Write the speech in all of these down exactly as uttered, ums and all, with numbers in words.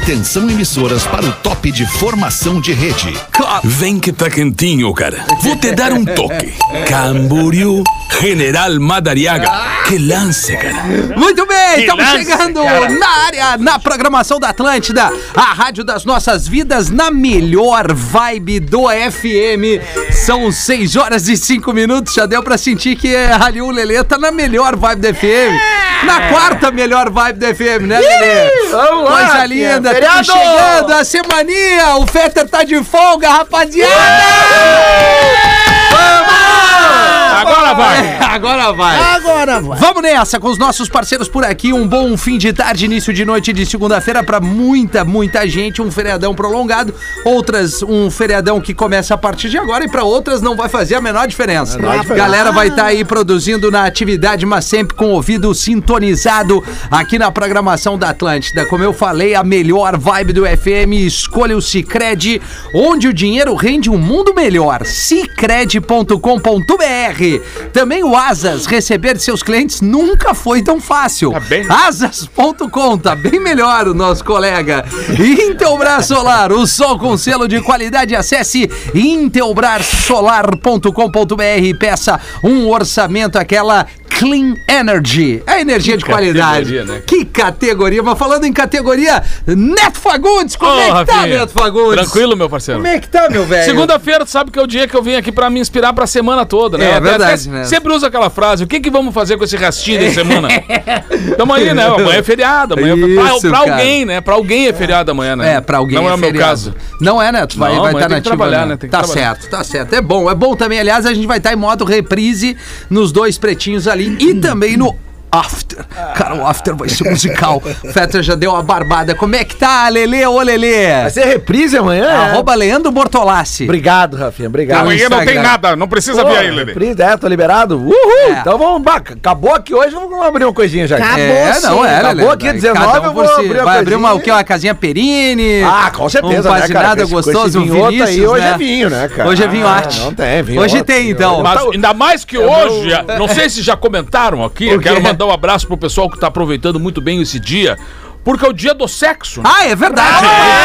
Atenção emissoras para o top de formação de rede. Vem que tá quentinho, cara. Vou te dar um toque. Camboriú, General Madariaga. Que lance, cara. Muito bem, estamos chegando cara. na área, na programação da Atlântida, a rádio das nossas vidas, na melhor vibe do F M. São seis horas e cinco minutos, já deu pra sentir que ali o Lelê tá na melhor vibe do F M. Na quarta melhor vibe do F M, né, Lelê? Vamos lá, coisa linda, estamos chegando a semaninha, o Fetter tá de folga, rapaziada! Vamos! Agora vai! Agora vai! Agora vai! Vamos nessa com os nossos parceiros por aqui. Um bom fim de tarde, início de noite de segunda-feira pra muita, muita gente. Um feriadão prolongado. Outras, um feriadão que começa a partir de agora. E pra outras não vai fazer a menor diferença. A galera vai estar tá aí produzindo na atividade, mas sempre com o ouvido sintonizado aqui na programação da Atlântida. Como eu falei, a melhor vibe do F M. Escolha o Sicredi, onde o dinheiro rende um mundo melhor. Sicredi ponto com ponto b r. Também o Asas, receber seus clientes nunca foi tão fácil. Tá bem. Asas ponto com, tá bem melhor o nosso colega. Intelbras Solar, o sol com selo de qualidade. Acesse intelbras solar ponto com ponto b r e peça um orçamento, aquela Clean Energy, a energia que de qualidade. Né? Que categoria, mas falando em categoria, Neto Fagundes, como oh, é que Rafinha, tá, Neto Fagundes? Tranquilo, meu parceiro. Como é que tá, meu velho? Segunda-feira, tu sabe que é o dia que eu vim aqui pra me inspirar pra semana toda, né? É, até, verdade, até né? Sempre uso aquela frase, o que que vamos fazer com esse restinho de semana? Tamo aí, né? Amanhã é feriado, amanhã Isso, pra, pra alguém, né? Pra alguém é feriado amanhã, né? É, pra alguém Não é, é o meu caso. Não é, Neto? Vai estar tá na trabalhar, né? Tem que tá trabalhar. certo, tá certo. É bom, é bom também. Aliás, a gente vai estar tá em modo reprise nos dois pretinhos ali e também no After. Cara, o After vai ser musical. O Fetter já deu uma barbada. Como é que tá, Lelê? Ô, Lelê. Vai ser reprise amanhã? É. Arroba Leandro Bortolassi. Obrigado, Rafinha. Obrigado. Amanhã não tem nada. Não precisa vir aí, Lelê. Reprise, é, tô liberado. Uhul. É. Então vamos, bah, acabou aqui hoje, vamos abrir uma coisinha já. Acabou, é, não, é, Lelê. Acabou aqui, dezenove, um eu vou si. abrir uma Vai abrir uma, coisinha. o quê? Uma casinha Perini? Ah, com certeza, um né, cara? nada gostoso, um Vinícius, aí, hoje né? é vinho, né, cara? Hoje é vinho ah, arte. Não tem, vinho Hoje outro, tem, então. Mas ainda mais que hoje, não sei se já comentaram aqui, eu quero mandar um abraço pro pessoal que tá aproveitando muito bem esse dia, porque é o dia do sexo. Ah, é verdade.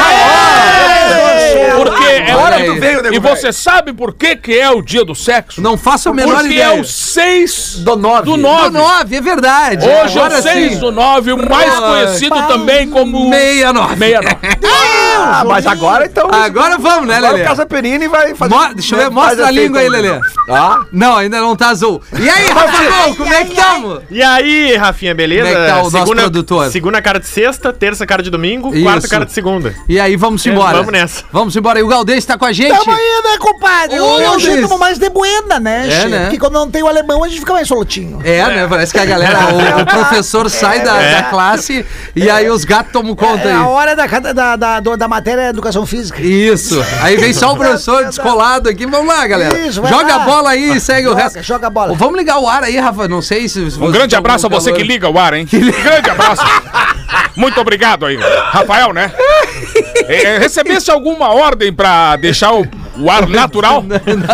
Porque é, Agora tu veio, nego e você sabe por que que é o dia do sexo? Não faço a menor Porque ideia. é o seis do nove. Do nove. Do nove, é verdade. Hoje Agora é o seis sim. do nove, o mais Ah, conhecido pá, também como... meia nove. meia nove. Ah, mas agora então... Agora vamos, né, Agora Lelê? o Casa Perini vai fazer... Mo- Deixa eu ver, mostra a língua aí, Lelê. Ah? Não, ainda não tá azul. E aí, Rafa, como é que estamos? E aí, Rafinha, beleza? Como é que tá o nosso segunda, produtor? Segunda cara de sexta, terça cara de domingo, Isso. quarta cara de segunda. E aí, vamos embora. Vamos nessa. Vamos embora. E o Galdês tá com a gente? Tamo aí, né, compadre? Ô, Hoje é o Deus. jeito mais de buena, né, É, che? né? Porque quando não tem o alemão, a gente fica mais soltinho. É, né? Parece que a galera, o, o professor sai da, da classe e aí os gatos tomam conta É a aí. hora da, da, da, da, da matéria educação física. Isso. Aí vem só o professor descolado aqui. Vamos lá, galera. Isso, vai joga lá. a bola aí e segue Joga, o resto. joga a bola. Vamos ligar o ar aí, Rafa. Não sei se... se Um grande abraço a você que liga o ar, hein? Grande abraço. Muito obrigado aí, Rafael, né? É, recebesse alguma ordem pra deixar o, o ar natural?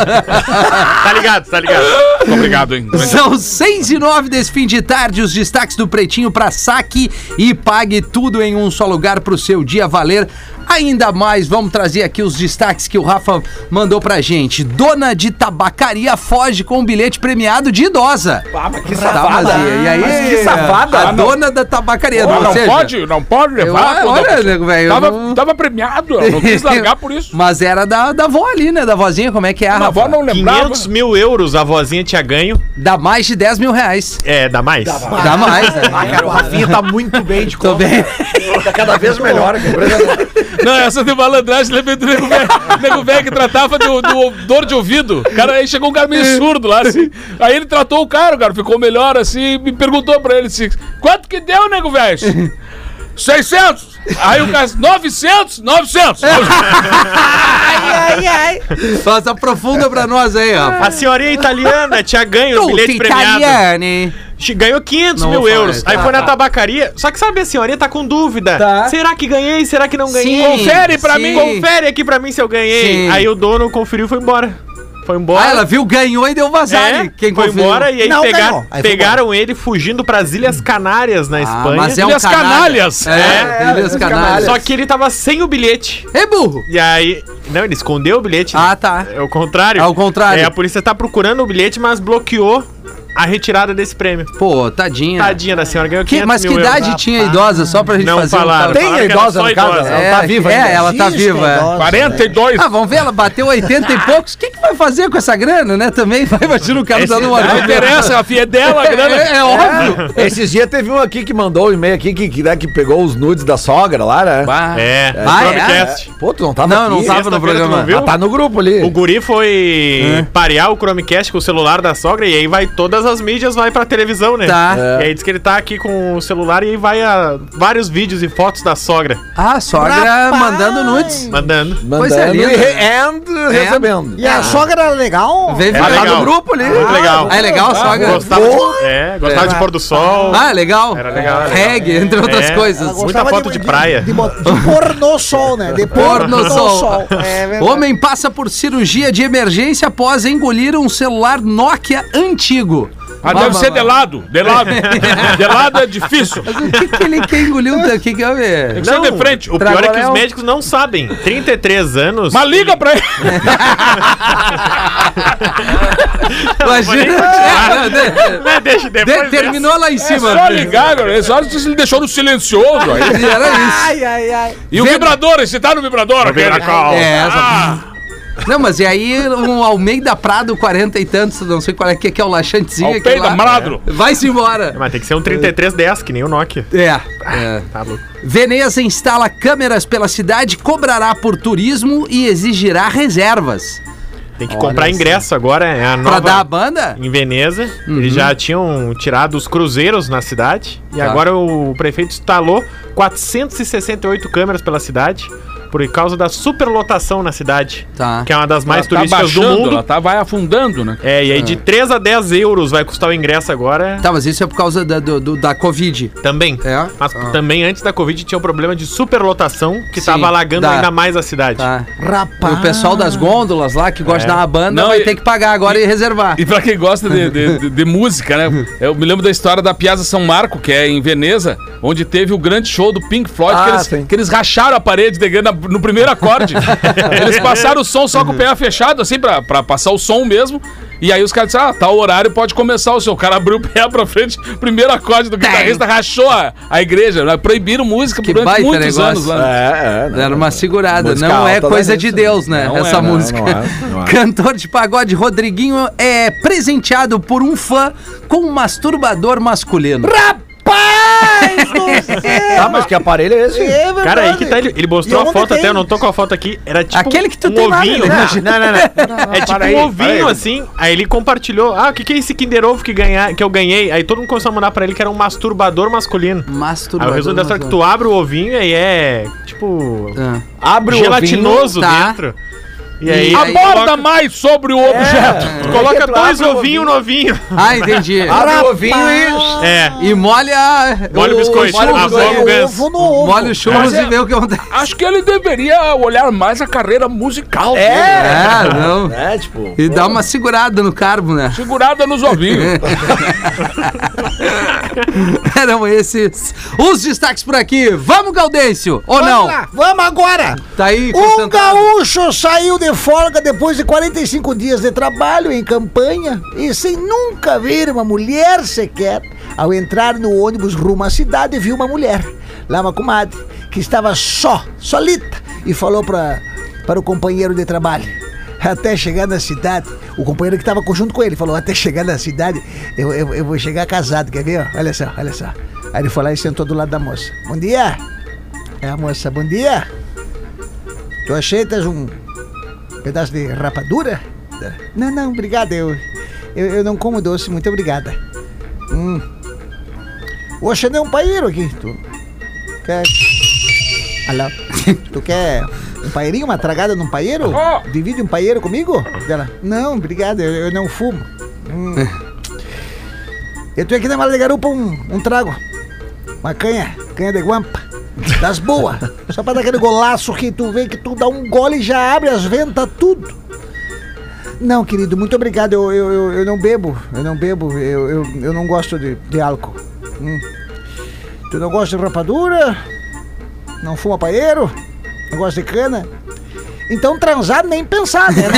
Tá ligado, tá ligado. Muito obrigado, hein? São seis e nove desse fim de tarde, os destaques do Pretinho para saque e pague tudo em um só lugar pro seu dia valer ainda mais. Vamos trazer aqui os destaques que o Rafa mandou pra gente. Dona de tabacaria foge com um bilhete premiado de idosa. Ah, mas que Tá, safada. mas e aí? Mas que safada. A Ah, não. dona da tabacaria. Não, ou não seja, pode, não pode levar. Eu- quando olha, a- nego, velho, Tava, eu não- tava premiado, eu não quis largar por isso. Mas era da, da avó ali, né? Da vozinha, como é que é, A Rafa? avó não lembrava. quinhentos mil euros a vozinha tinha ganho. Dá mais de dez mil reais. É, dá mais? Dá mais, né? Ah, cara, o Rafinha tá muito bem de Tô conta. bem. Tá cada vez melhor. que impressionante. Não, essa de malandragem, lembrei do nego velho, nego velho que tratava do, do dor de ouvido. O cara, aí chegou um cara meio surdo lá, assim. Aí ele tratou o cara, o cara ficou melhor, assim, e me perguntou pra ele assim, quanto que deu, nego velho? seiscentos. Aí o cara, novecentos? novecentos. Ai, ai, ai. Mas aprofunda pra nós aí, ó. A senhorinha italiana tinha ganho o Tutti bilhete premiado. italiani. Ganhou quinhentos Não mil vou falar euros. isso. Aí Tá, foi na tá. tabacaria. Só que sabe, a senhorinha tá com dúvida. Tá. Será que ganhei? Será que não ganhei? Sim, Confere pra sim. mim. Confere aqui pra mim se eu ganhei. Sim. Aí o dono conferiu e foi embora. Foi embora. Ah, ela viu, ganhou e deu vazar. É, Quem foi conferiu? embora e aí Não, pega- ganhou. Aí foi pegaram ele fugindo pras Ilhas Canárias, na Espanha. mas é um Ilhas canalha. Canalhas. É, É, Ilhas Ilhas Canárias. Só que ele tava sem o bilhete. É burro. E aí... Não, ele escondeu o bilhete. Ah, tá. É o contrário. É o contrário. É, a polícia tá procurando o bilhete, mas bloqueou a retirada desse prêmio. Pô, tadinha. Tadinha da senhora, ganhou Que- quinhentos mas que mil idade euros. tinha a idosa, só pra gente Não fazer falaram. um... Tem Falaram a que era idosa só no caso? idosa. Ela É, tá viva é, ainda. ela tá Diz que viva. é é. idosa, quarenta e dois. Ah, vamos ver, ela bateu oitenta e poucos. O que, que vai fazer com essa grana, né? Também vai, imagina o cara Esse- dando uma... Não interessa, a filha é dela, a grana. É, é óbvio. Esses dias teve um aqui que mandou um e-mail aqui que, que, né, que pegou os nudes da sogra lá, né? Bah. É, Ah, no é? Chromecast. Pô, tu não tava Não, aqui? não tava no Sexta-feira tu programa. não viu? Ah, tá no grupo ali. O guri foi parear o Chromecast com o celular da sogra e aí vai todas as mídias, vai pra televisão, né? Tá. E aí diz que ele tá aqui com o celular e aí vai a vários vídeos e fotos da sogra Ah, sogra Rapaz. mandando nudes. mandando. Coisa Mandando linda. e, re- and recebendo. E a sogra era legal? Vem É ver. Tá legal. no grupo ali. Muito legal. Ah, é legal a sogra? Gostava de, é, gostava de pôr do sol. Ah, é legal. Era legal, era Reggae, entre outras É. coisas. Ela Muita gostava foto de praia. De, bot- de pôr no sol, né? De Pôr no sol. É verdade. Homem passa por cirurgia de emergência após engolir um celular Nokia antigo. Ah, Vá, deve vá, ser vá. de lado. De lado. De lado é difícil. Mas o que, que ele quer engolir? O que, que eu ver? Tem que ser de frente. O pior é que os Tragoréu. médicos não sabem. trinta e três anos. Mas liga pra ele. Imagina. Né, deixa De- depois. terminou lá em É cima. só ligar, cara. É só se ele deixou no silencioso aí. E era isso. Ai, ai, ai. E o Vem- vibrador, esse tá no vibrador. aquele. É, essa. Ah, Não, mas e aí um Almeida Prado, quarenta e tantos, não sei qual é que é, que é o laxantezinho. aquele Almeida lá. Madro. Vai-se embora. Mas tem que ser um trinta e três dez, que nem o Nokia. É. é. Tá louco. Veneza instala câmeras pela cidade, cobrará por turismo e exigirá reservas. Tem que comprar ingresso agora, é a nova... Pra dar a banda? Em Veneza, eles já tinham tirado os cruzeiros na cidade e Tá. agora o prefeito instalou quatrocentas e sessenta e oito câmeras pela cidade por causa da superlotação na cidade, Tá. que é uma das mais ela tá turísticas do baixando, mundo. ela tá, vai afundando, né? É, e aí de três a dez euros vai custar o ingresso agora Tá, mas isso é por causa da, do, do- da Covid. também. É? Mas Ah. também antes da Covid tinha o problema de superlotação que Sim, tava alagando dá. ainda mais a cidade. Tá. Rapaz. E o pessoal das gôndolas lá, que gosta de dar uma banda, Não, vai e- ter que pagar agora e, reservar. E pra quem gosta de, de- de- de música, né? Eu me lembro da história da Piazza São Marco, que é em Veneza, onde teve o grande show do Pink Floyd, Ah, que, eles, sim. que eles racharam a parede de grana no primeiro acorde. Eles passaram o som só com o pé fechado, assim, pra, pra passar o som mesmo. E aí os caras disseram, ah, tá o horário, pode começar o seu. O cara abriu o pé pra frente, primeiro acorde do guitarrista, rachou a, a igreja. Né? Proibiram música Que durante baita muitos negócio. anos lá. É, é. né? Era uma segurada. Música Não é alta coisa da de lista, Deus, né? Não essa é, não, música. não é, não é. Cantor de pagode Rodriguinho é presenteado por um fã com um masturbador masculino. Rapaz do céu! Tá, mas que aparelho é esse? É verdade. Cara, aí que tá, ele, ele mostrou E a onde foto tem? até, eu não tô com a foto aqui, era tipo Aquele que tu um tem lá, ovinho. né? Não, não, não. É tipo para um aí, para ovinho, aí. assim, aí ele compartilhou, ah, o que que é esse Kinder Ovo que, ganha, que eu ganhei? Aí todo mundo começou a mandar pra ele que era um masturbador masculino. Aí Masturbador o resumo da história é que tu abre o ovinho e aí é, tipo, Ah. Abre o gelatinoso tá. dentro. E aí, E aí Aborda coloca, mais sobre o objeto. tu coloca É que tu dois abre o ovinhos no ovinho. Ah, entendi. Abre o ovinho e... É. E molha. Molha o biscoito. churros Ah, aí. molha o ganso. Ovo no ovo. Molha o churros Mas é- e vê o que acontece. Acho que ele deveria olhar mais a carreira musical. dele. É, não. É, tipo... E dá uma segurada no carbo, né? Segurada nos ovinhos. Eram esses os destaques por aqui. Vamos, Gaudêncio? Ou Vamos não? lá, vamos agora. Tá aí Um concentrado. gaúcho saiu de folga depois de quarenta e cinco dias de trabalho em campanha e sem nunca ver uma mulher sequer. Ao entrar no ônibus rumo à cidade, viu uma mulher, lá uma comadre, que estava só, solita, e falou para para o companheiro de trabalho. Até chegar na cidade, o companheiro que estava junto com ele falou, até chegar na cidade, eu, eu, eu vou chegar casado, quer ver? Olha só, olha só. Aí ele foi lá e sentou do lado da moça. Bom dia. É a moça, bom dia. Tu aceitas um pedaço de rapadura? Não, não, obrigada, eu, eu, eu não como doce, muito obrigada. Hum. Oxe, não é um paeiro aqui, tu quer... Alô? Tu quer um paeirinho, uma tragada num paeiro? Oh. Divide um paeiro comigo? Dela, não, obrigada, eu, eu não fumo. Hum. Eu tenho aqui na mala de garupa um, um trago, uma canha, canha de guampa, das boas, só pra dar aquele golaço que tu vê que tu dá um gole e já abre as ventas tudo. Não, querido, muito obrigado. Eu, eu, eu, eu não bebo. Eu não bebo. Eu, eu, eu não gosto de, de álcool. Hum. Tu não gosta de rapadura? Não fuma paeiro? Não gosta de cana? Então transar nem pensar, né?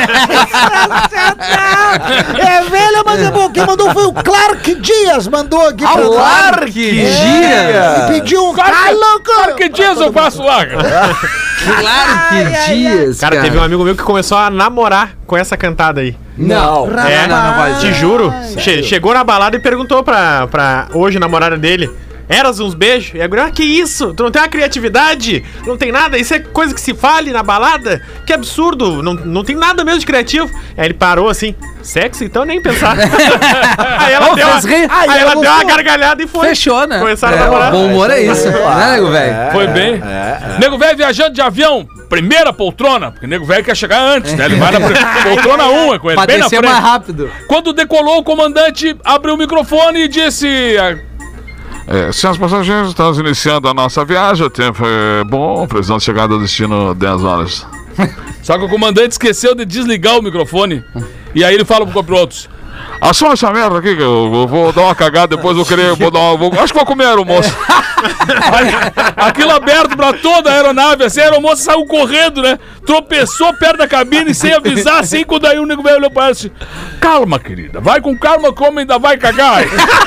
É velha, mas é bom. Quem mandou foi o Clark Dias. Mandou aqui Ah, pra o nós. Clark Dias! E pediu um Clark- calo. Claro que dias eu faço lá, cara. Clark Dias, Cara, teve um amigo meu que começou a namorar com essa cantada aí. Não, Não, É, não, não pode te ser. juro. Che- chegou na balada e perguntou pra, pra hoje namorada dele. Eras uns beijos? E a guria, ah, que isso? Tu não tem uma criatividade? Não tem nada? Isso é coisa que se fale na balada? Que absurdo! Não, não tem nada mesmo de criativo. Aí ele parou assim, sexo? Então nem pensar. Aí ela, Ô, deu, uma, fez rir. aí Aí ela ela deu uma gostou. gargalhada e foi. Fechou, né? Começaram a É, namorar. o bom humor é isso, né, nego velho? Foi bem. Nego velho viajando de avião, primeira poltrona, porque nego velho quer chegar antes, né? Ele vai na pri- poltrona um, é com ele, Pra bem na descer frente. mais rápido. Quando decolou, o comandante abriu o microfone e disse... ah, É, senhores passageiros, estamos iniciando a nossa viagem. O tempo é bom, precisamos chegar ao destino dez horas. Só que o comandante esqueceu de desligar o microfone. E aí ele fala pro copiloto: Assuma essa merda aqui que eu, eu vou dar uma cagada, depois vou querer. Vou dar uma, vou, acho que vou comer aeromoça. aquilo aberto pra toda a aeronave, assim, a aeromoça saiu correndo, né? Tropeçou perto da cabine sem avisar, assim, quando aí o nego velho olhou pra ela assim: calma, querida, vai com calma que o homem ainda vai cagar.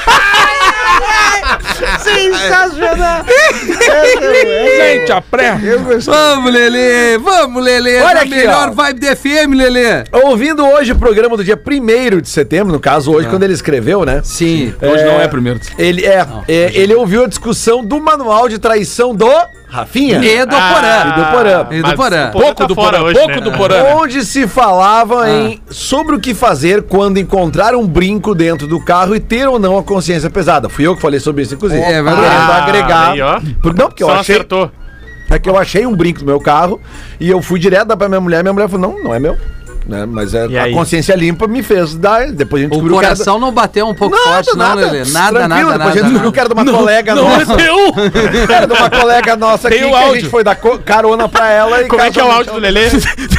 Sensacional. Gente, a pré. Vamos, Lelê! Vamos, Lelê! Olha Na aqui, melhor ó. vibe do F M, Lelê! Ouvindo hoje o programa do dia primeiro de setembro, no caso hoje, quando ele escreveu, né? Sim. Hoje não é primeiro. Ele é, é, ele ouviu a discussão do manual de traição do Rafinha E do Ah, Porã. e do Porã. E do Mas Porã. o Porã Pouco tá do fora Porã, hoje, pouco né? do Porã. Onde se falava em sobre o que fazer quando encontrar um brinco dentro do carro e ter ou não a consciência pesada. Fui eu que falei sobre isso, inclusive. É verdade. Querendo Ah, agregar. aí, ó. Por- não, porque eu Só achei. acertou. É que eu achei um brinco no meu carro e eu fui direto dar pra minha mulher. Minha mulher falou: não, não é meu. Né? Mas é, E a aí? consciência limpa me fez dar. Depois a gente O descobriu que era coração não bateu um pouco Nada, forte, não, nada. Lelê? Nada, Tranquilo, nada, depois nada. a gente descobriu que era de uma colega Não nossa. é teu! Era de uma colega nossa aqui Tem o que a áudio. gente foi dar co- carona pra ela e Como é que é o casualmente áudio do Lelê?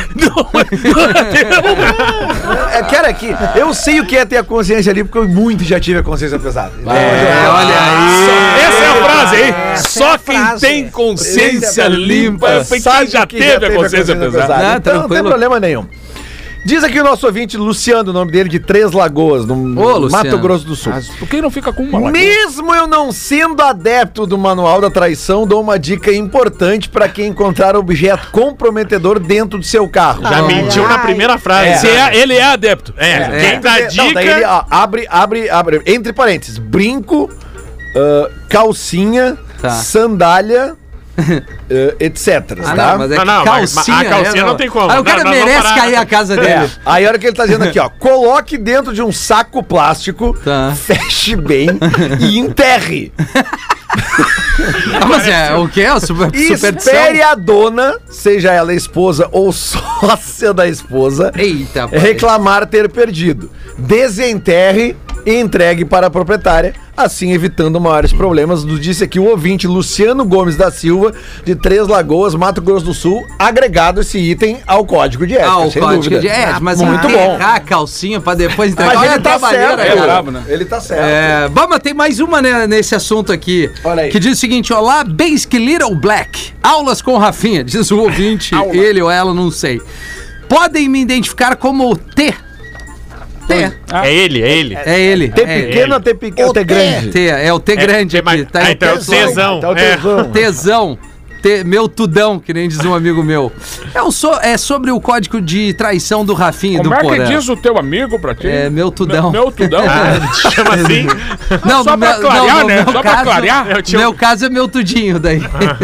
É, cara, que eu sei o que é ter a consciência limpa, porque eu muito já tive a consciência pesada. É, olha aí. Essa é a frase, hein? Essa Só é a quem frase. tem consciência limpa é quem Sabe já que teve a consciência pesada. Ah, Então, não tem tranquilo. problema nenhum. Diz aqui o nosso ouvinte, Luciano, o nome dele, de Três Lagoas, no Ô, Luciano. Mato Grosso do Sul. Mas por que não fica com uma lá? Mesmo eu não sendo adepto do manual da traição, dou uma dica importante para quem encontrar objeto comprometedor dentro do seu carro. Já mentiu na primeira frase. Se é- ele é adepto. É, quem dá Não, dica... daí ele, ó, abre, abre, abre, entre parênteses, brinco, ah, calcinha, Tá. sandália, ah, etc. Ah, tá? não, mas é Não, que não, mas calcinha... a calcinha é, não tem como. Aí o cara Não, nós vamos merece parar. cair a casa dele. É, aí a hora que ele tá dizendo aqui, ó, coloque dentro de um saco plástico, Tá. feche bem e enterre. Ah, mas é o quê? O super, E superstição? espere a dona, seja ela esposa ou sócia da esposa, Eita, pai. reclamar ter perdido. Desenterre e entregue para a proprietária, assim evitando maiores problemas. Nos disse aqui o ouvinte Luciano Gomes da Silva, de Três Lagoas, Mato Grosso do Sul, agregado esse item ao código de ética, Ah, o sem código dúvida. de ética, mas muito bom. enterrar a calcinha pra depois entregar. Mas Olha ele a tá trabalheira certo, aí, é cara. brabo, né? Ele tá certo. É, vamos, tem mais uma né, nesse assunto aqui. Olha aí. Que diz o seguinte: olá, Basic Little Black. Aulas com Rafinha, diz o ouvinte. Ele ou ela, não sei. Podem me identificar como T. T. É ele, é ele. É ele. T é pequeno ou T pequeno? O T grande? ele. T, é o T grande Tem mais- aqui. Tá Ah, em então é o tesão. tesão. Então, É. tesão. Tesão. Te- meu tudão, que nem diz um amigo meu. É, o so- é sobre o código de traição do Rafinha e Como do é que Porã. diz o teu amigo pra ti? É meu tudão. Meu, meu tudão. Ah, te chama assim? Não, Só no pra meu- clarear, no né? meu Só pra caso- clarear. Eu No tinha- meu caso é meu tudinho daí.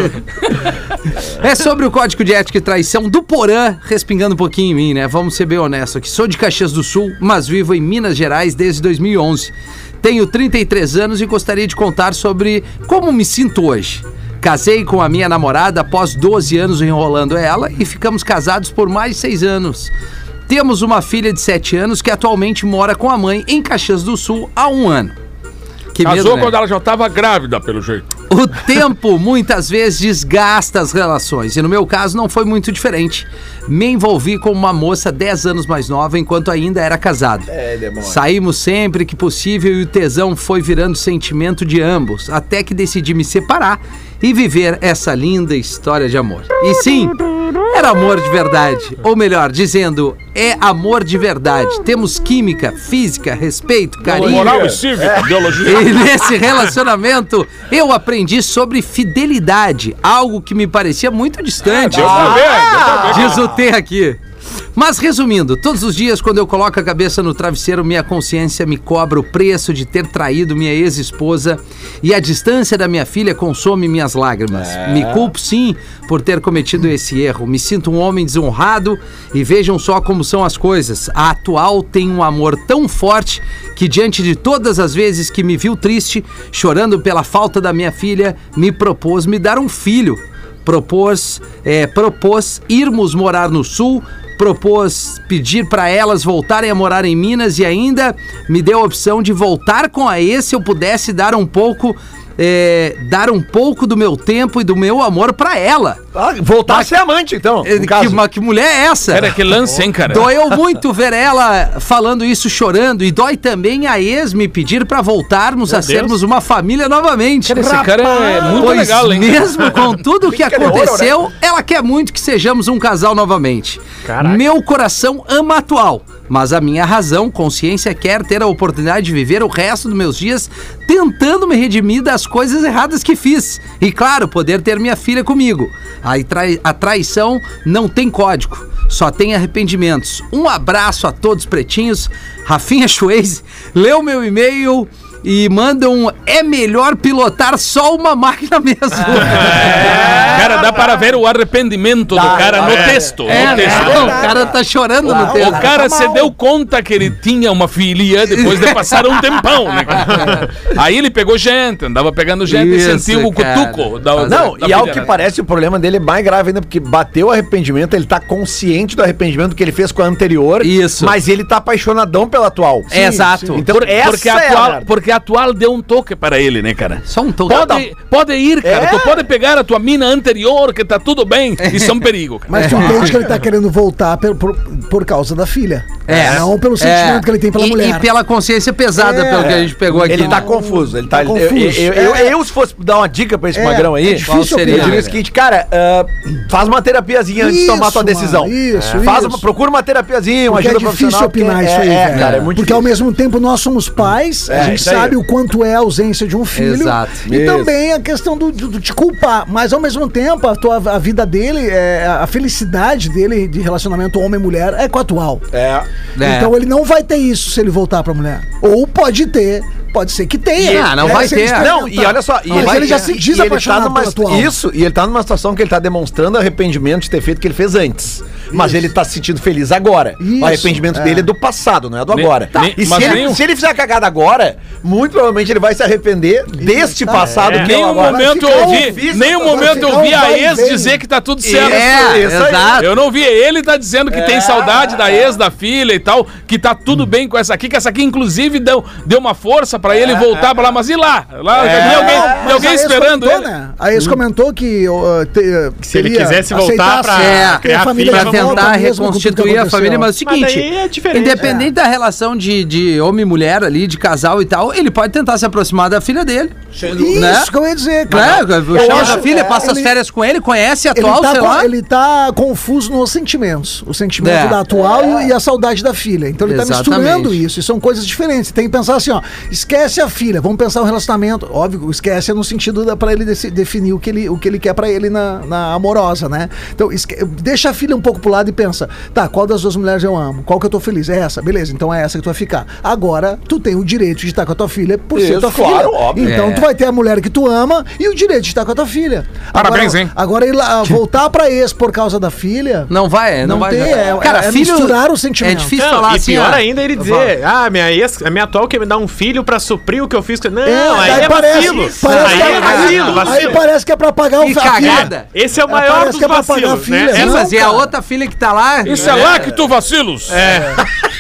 É sobre o código de ética e traição do Porã, respingando um pouquinho em mim, né? Vamos ser bem honestos aqui. Sou de Caxias do Sul, mas vivo em Minas Gerais desde dois mil e onze. Tenho trinta e três anos e gostaria de contar sobre como me sinto hoje. Casei com a minha namorada após doze anos enrolando ela e ficamos casados por mais de seis anos. Temos uma filha de sete anos que atualmente mora com a mãe em Caxias do Sul há um ano. Que Casou medo, né? quando ela já tava grávida, pelo jeito. O tempo muitas vezes desgasta as relações e no meu caso não foi muito diferente. Me envolvi com uma moça dez anos mais nova enquanto ainda era casado. É, demônio. Saímos sempre que possível e o tesão foi virando sentimento de ambos, até que decidi me separar e viver essa linda história de amor. E sim, era amor de verdade. Ou melhor, dizendo, é amor de verdade. Temos química, física, respeito, carinho. Moral e cívica, biologia. E nesse relacionamento eu aprendi sobre fidelidade, algo que me parecia muito distante. Deu pra ver, deu pra ver. Diz o T aqui. Mas resumindo, todos os dias quando eu coloco a cabeça no travesseiro, minha consciência me cobra o preço de ter traído minha ex-esposa e a distância da minha filha consome minhas lágrimas. É. Me culpo sim por ter cometido esse erro. Me sinto um homem desonrado e vejam só como são as coisas. A atual tem um amor tão forte que diante de todas as vezes que me viu triste, chorando pela falta da minha filha, me propôs me dar um filho. Propôs, é, propôs irmos morar no sul, propôs pedir para elas voltarem a morar em Minas e ainda me deu a opção de voltar com a ex se eu pudesse dar um pouco, é, dar um pouco do meu tempo e do meu amor para ela. Ah, voltar a ser amante, então. É, que, mas que mulher é essa? Cara, que lance, hein, cara? Doeu muito ver ela falando isso, chorando, e dói também a ex me pedir pra voltarmos Meu a Deus. sermos uma família novamente. Cara, esse cara é muito Pois legal, hein? mesmo com tudo o que Fica de ouro, aconteceu, ela quer muito que sejamos um casal novamente. Caraca. Meu coração ama a atual, mas a minha razão, consciência, quer ter a oportunidade de viver o resto dos meus dias tentando me redimir das coisas erradas que fiz. E claro, poder ter minha filha comigo. A, trai- a traição não tem código, só tem arrependimentos. Um abraço a todos pretinhos. Rafinha Schweiz, leu meu e-mail e manda um: é melhor pilotar só uma máquina mesmo. É. Cara, dá para ver o arrependimento do cara no texto. É, no texto. não, o cara tá chorando no texto. O cara se deu conta que ele tinha uma filha depois de passar um tempão, né, cara? Aí ele pegou gente, andava pegando gente Isso, e sentiu o cara. cutuco. Da, Não, da e ao filha, que né? parece, o problema dele é mais grave ainda, porque bateu o arrependimento, ele tá consciente do arrependimento que ele fez com a anterior. Isso. Mas ele tá apaixonadão pela atual. É, exato. Então, Por- essa porque, a é a atual, merda. porque a atual deu um toque para ele, né, cara? Só um toque. Pode, pode ir, cara. É. Tu pode pegar a tua mina anterior, que tá tudo bem. Isso é um perigo, cara. Mas tu entende que ele tá querendo voltar por, por, por causa da filha. É. Não pelo sentimento É. que ele tem pela e, mulher. E pela consciência pesada, É. pelo que a gente pegou aqui. Ele tá confuso, ele tá, Tá eu- confuso. Eu, eu, É. eu, se fosse dar uma dica pra esse É, magrão aí, é difícil seria? eu opinar. diria o seguinte, cara, ah, faz uma terapiazinha antes de tomar Isso, tua decisão. mano, isso, Faz isso. Uma, procura uma terapiazinha, uma Porque é ajuda difícil profissional. opinar porque isso aí, é, velho. cara, é muito Porque ao difícil. mesmo tempo nós somos pais, É, a gente isso aí. sabe o quanto é a ausência de um filho. Exato. E Isso. também a questão do, do, do te culpar. Mas ao mesmo tempo, a, tua, a vida dele, é, a felicidade dele de relacionamento homem-mulher é com a atual. É. É. Então ele não vai ter isso se ele voltar pra mulher. Ou pode ter, pode ser que tenha. Ah, não É, vai se ele ter. experimentar. Não, e olha só, e Mas vai- ele já se e diz ele tá apaixonado numa, pela atual. Isso, e ele tá numa situação que ele tá demonstrando arrependimento de ter feito o que ele fez antes. Mas ele tá se sentindo feliz agora. Isso, o arrependimento é. dele é do passado, não é do Nem- agora. nem- e se mas ele, nem o- se ele fizer a cagada agora, muito provavelmente ele vai se arrepender deste tá. passado É. que é o Nenhum agora. momento eu ficar ouvi, difícil, nenhum vai momento eu ficar ouvi um a vai e ex vem. dizer que tá tudo certo. É, isso aí. exato. Eu não vi, ele tá dizendo que tem saudade da ex, da filha e tal, que tá tudo bem com essa aqui, que essa aqui inclusive deu, deu uma força pra ele voltar pra lá, mas e lá? Lá tem alguém, tem Mas alguém a ex esperando comentou, ele. né? A ex comentou que uh, te- Se ele teria quisesse voltar aceitasse pra a criar família filho, Pra de volta tentar mesmo com tudo que reconstituir a aconteceu. família, mas é o Mas seguinte, daí é diferente. independente da relação de, de homem e mulher ali, de casal e tal, ele pode tentar se aproximar da filha dele. Isso né? que eu ia dizer, Né? cara. Chama acho- a filha, é, passa as ele- férias com ele, conhece a Ele atual, tá, sei co- lá. ele tá confuso nos sentimentos. O sentimento É. da atual e, e a saudade da filha. Então ele tá Exatamente. misturando isso. E são coisas diferentes. Tem que pensar assim, ó. Esquece a filha. Vamos pensar o relacionamento. Óbvio, esquece no sentido da, pra ele deci- definir o que ele, o que ele quer pra ele na, na amorosa, né? Então, esque- deixa a filha um pouco pro lado e pensa, tá, qual das duas mulheres eu amo? Qual que eu tô feliz? É essa, beleza. Então é essa que tu vai ficar. Agora, tu tem o direito de estar com a tua filha por ser Isso, tua claro, filha. óbvio. Então É. tu vai ter a mulher que tu ama e o direito de estar com a tua filha. Parabéns, agora, hein? Agora ir lá, voltar pra ex por causa da filha. Não vai, não, Não vai. tem, é- Cara, é filho, misturar o sentimento. É difícil Não, falar e assim, pior ó. ainda ele dizer, ah, minha ex, a minha atual quer me dar um filho pra suprir o que eu fiz. com- Não, É, aí é parece, vacilo. parece Aí que é aí- vacilo, aí vacilo. parece que é pra pagar o Que a filha. cagada. Esse é o É, maior parece dos que é pra pagar a vacilos, filha, né? né? É, Essa- mas é a cara. outra filha que tá lá. Isso é lá que tu vacilos. É.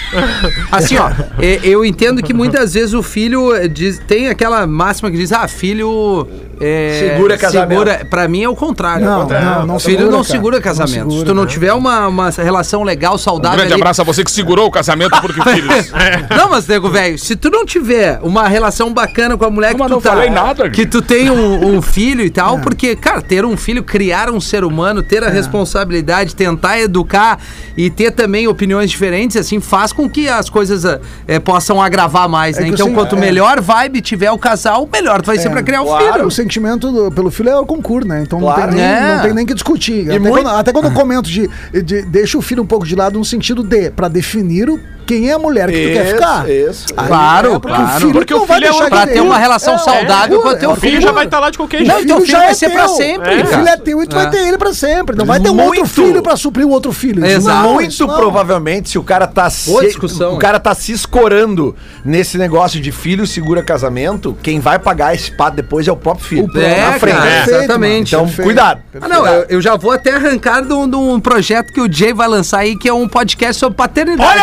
Assim, ó, é, eu entendo que muitas vezes o filho diz, tem aquela máxima que diz, ah, filho... É, Segura casamento. Segura, pra mim é o contrário. Não, não, não filho segura, não cara. segura casamento. Não segura, Se tu não né? tiver uma, uma relação legal, Um saudável grande ali- abraço a você que segurou o casamento porque filhos. Não, mas, nego, velho, se tu não tiver uma relação bacana com a mulher que Mas tu não tá... falei nada, que tu tem um, um filho e tal, porque, cara, ter um filho, criar um ser humano, ter a responsabilidade, tentar educar e ter também opiniões diferentes, assim, faz com que as coisas é, possam agravar mais, É né? que Então, assim, quanto é. melhor vibe tiver o casal, melhor tu vai ser pra criar o Claro, filho. o sentimento do- pelo filho é o concurso, né? Então Claro. não, tem nem, É. não tem nem que discutir. Até, muito- quando, até quando eu comento de, de deixa o filho um pouco de lado no sentido de, pra definir o, quem é a mulher que tu quer ficar. Isso. Aí Claro, é porque claro. o filho Porque não o vai filho é deixar o- Pra de ter uma relação É, saudável é, com o teu é, O filho filho. já vai estar lá de qualquer Não, jeito. então o filho vai ser teu. pra sempre, O cara. filho é teu e tu vai É. ter ele pra sempre. Não vai ter um Muito. outro filho pra suprir o outro filho. Exato. Não, Muito isso não. provavelmente, se o cara tá se, Boa discussão, o cara tá se escorando nesse negócio de filho segura casamento, quem vai pagar esse pato depois é o próprio filho. O próprio. É, na frente. cara, Perfeito, exatamente. Então, Perfeito. cuidado. Ah, não, eu, eu já vou até arrancar de um, de um projeto que o Jay vai lançar aí, que é um podcast sobre paternidade.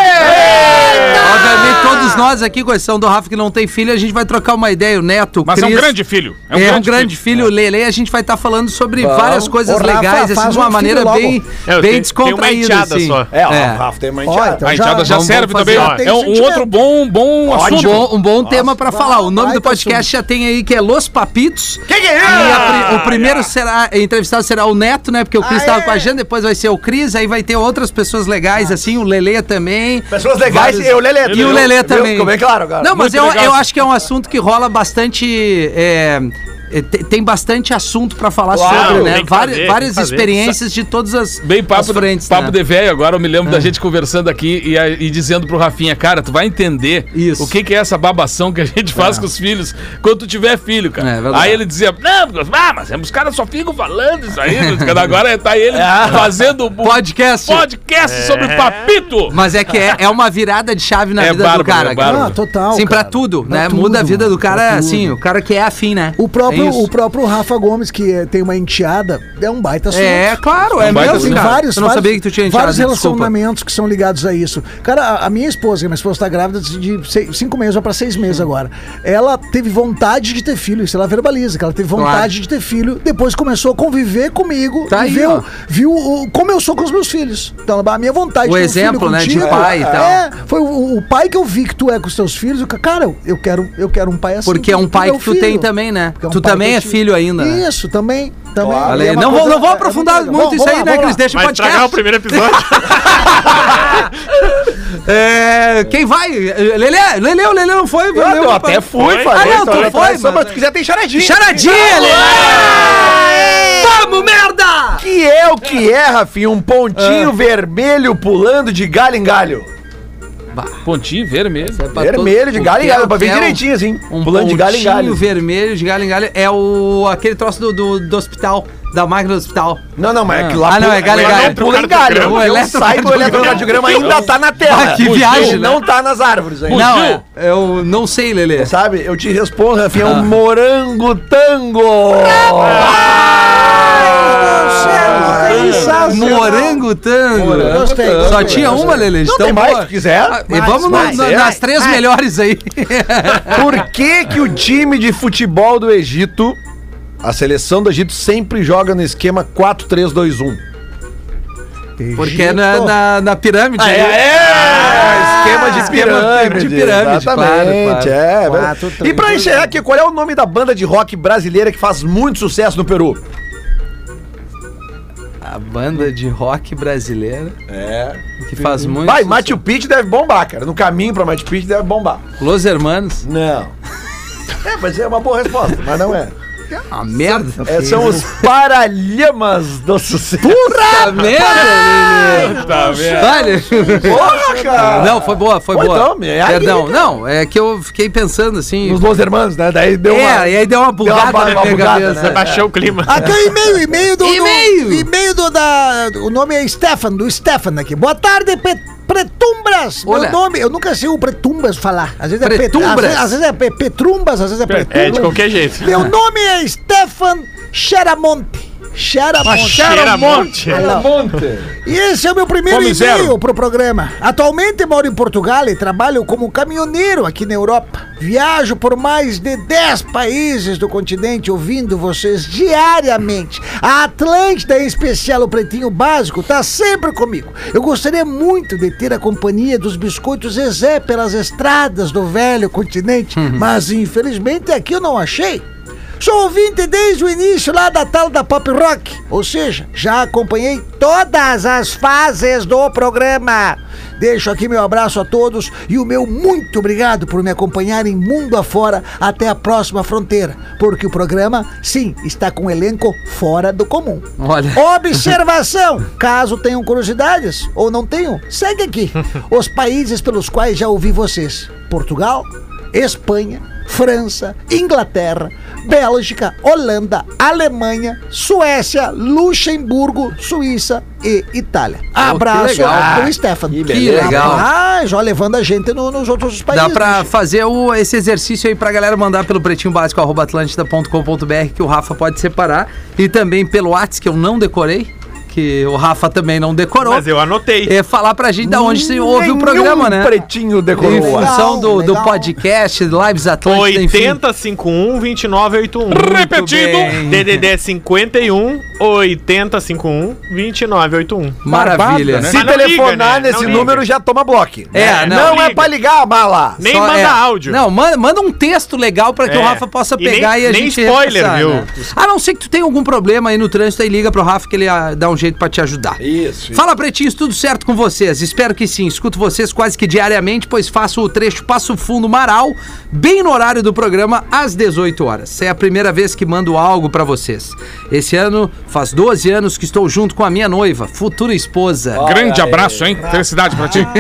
Obviamente, todos nós aqui, com exceção do Rafa que não tem filho, a gente vai trocar uma ideia. O Neto, o Mas é um Cris, grande filho. É um grande, filho, o Lele, a gente vai estar falando sobre várias coisas O Rafa legais, assim, faz de uma um maneira filho logo. bem, É, eu bem tenho- descontraída, tenho uma enteada assim. só. É, ó, É. o Rafa tem uma Ó, enteada. então A enteada já vamos- serve vamos também. fazer- É um, um sentimento. outro bom, bom Um assunto. bom, um bom tema pra falar. O nome do baita podcast já tem aí, que é Los Papitos. Quem que é? E a pri- o primeiro será, entrevistado será o Neto, né? Porque o Cris Ah, tava é? com a gente, depois vai ser o Cris, aí vai ter outras pessoas legais, assim, o Lelê também. Pessoas legais Vários- e o Lelê. E o Lelê Viu? também. Ficou bem claro, cara. Não, mas Muito eu, legal. eu acho que é um assunto que rola bastante. é, é, te- tem bastante assunto pra falar Claro, sobre, né? tem que Várias, fazer, várias tem que fazer. experiências de todas as, Bem papo, as frentes, papo né? de velho. Agora eu me lembro da gente conversando aqui e, a- e dizendo pro Rafinha, cara, tu vai entender Isso. o que, que é essa babação que a gente faz com os filhos quando tu tiver filho, cara. É, verdade. Aí ele dizia, não, ah, mas os caras só ficam falando isso aí. Agora tá ele fazendo um Podcast. podcast sobre papito. Mas é que é, é uma virada de chave na É vida bárbaro, do cara. é bárbaro. Ah, total. Sim, pra cara. tudo, Pra né? tudo, Muda a vida mano, do cara, pra assim, tudo. o cara que é afim, né? O próprio, É isso. o próprio Rafa Gomes, que é- tem uma enteada, é um baita assunto. É, claro, é Um baita mesmo, Tem cara. vários, Eu não vários- sabia que tu tinha enteado, vários desculpa. relacionamentos que são ligados a isso. Cara, a, a minha esposa, que minha esposa tá grávida de seis- cinco meses, vai pra seis meses agora. Ela teve vontade de ter filho, isso ela verbaliza, que ela teve vontade Claro. de ter filho, depois começou a conviver comigo Tá e aí, viu, ó. viu o- como eu sou com os meus filhos. Então, a minha vontade O ter um exemplo, filho né, de contigo, pai e tal. É, foi o, o pai que eu vi que tu é com os teus filhos. Eu, cara, eu quero, eu quero um pai assim. Porque é um pai meu que tu filho. tem também, né? Porque é um Tu pai também que eu é tive. filho ainda, né? Isso, também. também. Olha E é aí, uma não, vou, coisa- não vou é- é aprofundar legal. muito Bom, isso vamos aí, lá, né, vamos Cris? lá. Deixa o Vai estragar o podcast. primeiro episódio. É, quem vai? Lelê, Lelê, o Lelê não foi? Eu, Lelê, eu até fui, Foi? falei. Ah, não, tô tu na foi, tradição, mano. mas se quiser tem charadinha. Charadinha, Lelê! Vamos, merda! Que é o que é, Rafinha? Um pontinho vermelho pulando de galho em galho. Pontinho vermelho. Vermelho de galho em galho, pra ver direitinho, assim. Um Pulando de galho em pontinho galho. vermelho de galho em galho é o aquele troço do, do, do hospital, da máquina do hospital. Não, não, mas é que lá Ah, não, pula- é galho em lá galho. não pula em galho. O O eletrocardiograma, o eletrocardiograma ainda tá na terra. Ah, que viagem, né? Não tá nas árvores ainda. Não, é, eu não sei, Lelê. Sabe? Eu te respondo, Rafinha, é um morango tango. Morango tango. Gostei. Só tinha uma, Lelê? Não Então, tem mais, boa. se quiser. Ah, e vamos mais, no- é. nas três melhores aí. Por que que o time de futebol do Egito, a seleção do Egito, sempre joga no esquema quatro três dois um? Porque é na, na, na pirâmide. ali. é, esquema de esquema pirâmide. de pirâmide, exatamente, claro, é. Quatro, E três, pra dois, encerrar aqui, qual é o nome da banda de rock brasileira que faz muito sucesso no Peru? A banda de rock brasileira É. que faz muito. Vai, sucesso. Machu Picchu deve bombar, cara. No caminho pra Machu Picchu deve bombar. Los Hermanos. Não. É, mas é uma boa resposta, mas não é. Ah, merda. É, são os Paralhamas do Sucesso. Puta merda, Tá vendo? Lelê. Vale. Porra, cara! Não, foi boa, foi Pô, boa. então, é aí, Perdão, cara. não, é que eu fiquei pensando assim. Nos Los Hermanos, né? Daí deu uma... É, e aí deu uma bugada uma- na uma minha bugada, cabeça. né? Baixou o clima. Aqui é o e-mail, e-mail do. do- E-mail. E-mail do da. O nome é Stefan, do Stefan aqui. Boa tarde, Pe- Pretumbras. Olha. Meu nome, eu nunca sei o Pretumbras falar. Às vezes é Pet- Pretumbras. às vezes, às vezes é Pe- Petrumbas, às vezes é Pretumbras. É, de qualquer jeito. Meu nome é Stefan Xeramonte. Xeramonte. Xeramonte. E esse é o meu primeiro Fome zero. e-mail pro programa. Atualmente moro em Portugal e trabalho como caminhoneiro aqui na Europa. Viajo por mais de dez países do continente ouvindo vocês diariamente. A Atlântida, em especial o Pretinho Básico, tá sempre comigo. Eu gostaria muito de ter a companhia dos biscoitos Zezé pelas estradas do velho continente, mas infelizmente aqui eu não achei. Sou ouvinte desde o início lá da tal da Pop Rock, ou seja, já acompanhei todas as fases do programa. Deixo aqui meu abraço a todos e o meu muito obrigado por me acompanharem mundo afora até a próxima fronteira, porque o programa, sim, está com um elenco fora do comum. Olha. Observação! Caso tenham curiosidades ou não tenham, segue aqui. Os países pelos quais já ouvi vocês: Portugal, Espanha, França, Inglaterra, Bélgica, Holanda, Alemanha, Suécia, Luxemburgo, Suíça e Itália. Abraço legal. pro Stefan. Que legal. Ah, já levando a gente no- nos outros países. Dá pra fazer o, esse exercício aí pra galera mandar pelo pretinho básico arroba atlântida ponto com ponto br, que o Rafa pode separar, e também pelo WhatsApp, que eu não decorei, que o Rafa também não decorou. Mas eu anotei. É falar pra gente da onde você ouve o programa, né? Pretinho Em decorou. função do, do legal. podcast, Lives Atlântida, enfim. oitenta cinquenta e um, vinte e nove oitenta e um. Repetido. bem. D D D cinquenta e um, oitenta cinquenta e um, vinte e nove oitenta e um. Maravilha. né? Se Mas não telefonar liga, né? nesse Não liga. número, já toma bloco. É, não, não é liga. pra ligar a bala. Nem Só manda é- áudio. Não, manda, manda um texto legal pra que É. o Rafa possa E nem- pegar e a nem gente spoiler, repassar, viu? né? A não ser que tu tenha algum problema aí no trânsito, aí liga pro Rafa que ele ah, dá um jeito pra te ajudar. Isso. Fala, pretinhos, tudo certo com vocês? Espero que sim. Escuto vocês quase que diariamente, pois faço o trecho Passo Fundo Marau, bem no horário do programa, às dezoito horas. É a primeira vez que mando algo pra vocês. Esse ano faz doze anos que estou junto com a minha noiva, futura esposa. Grande abraço, hein? Felicidade pra ti.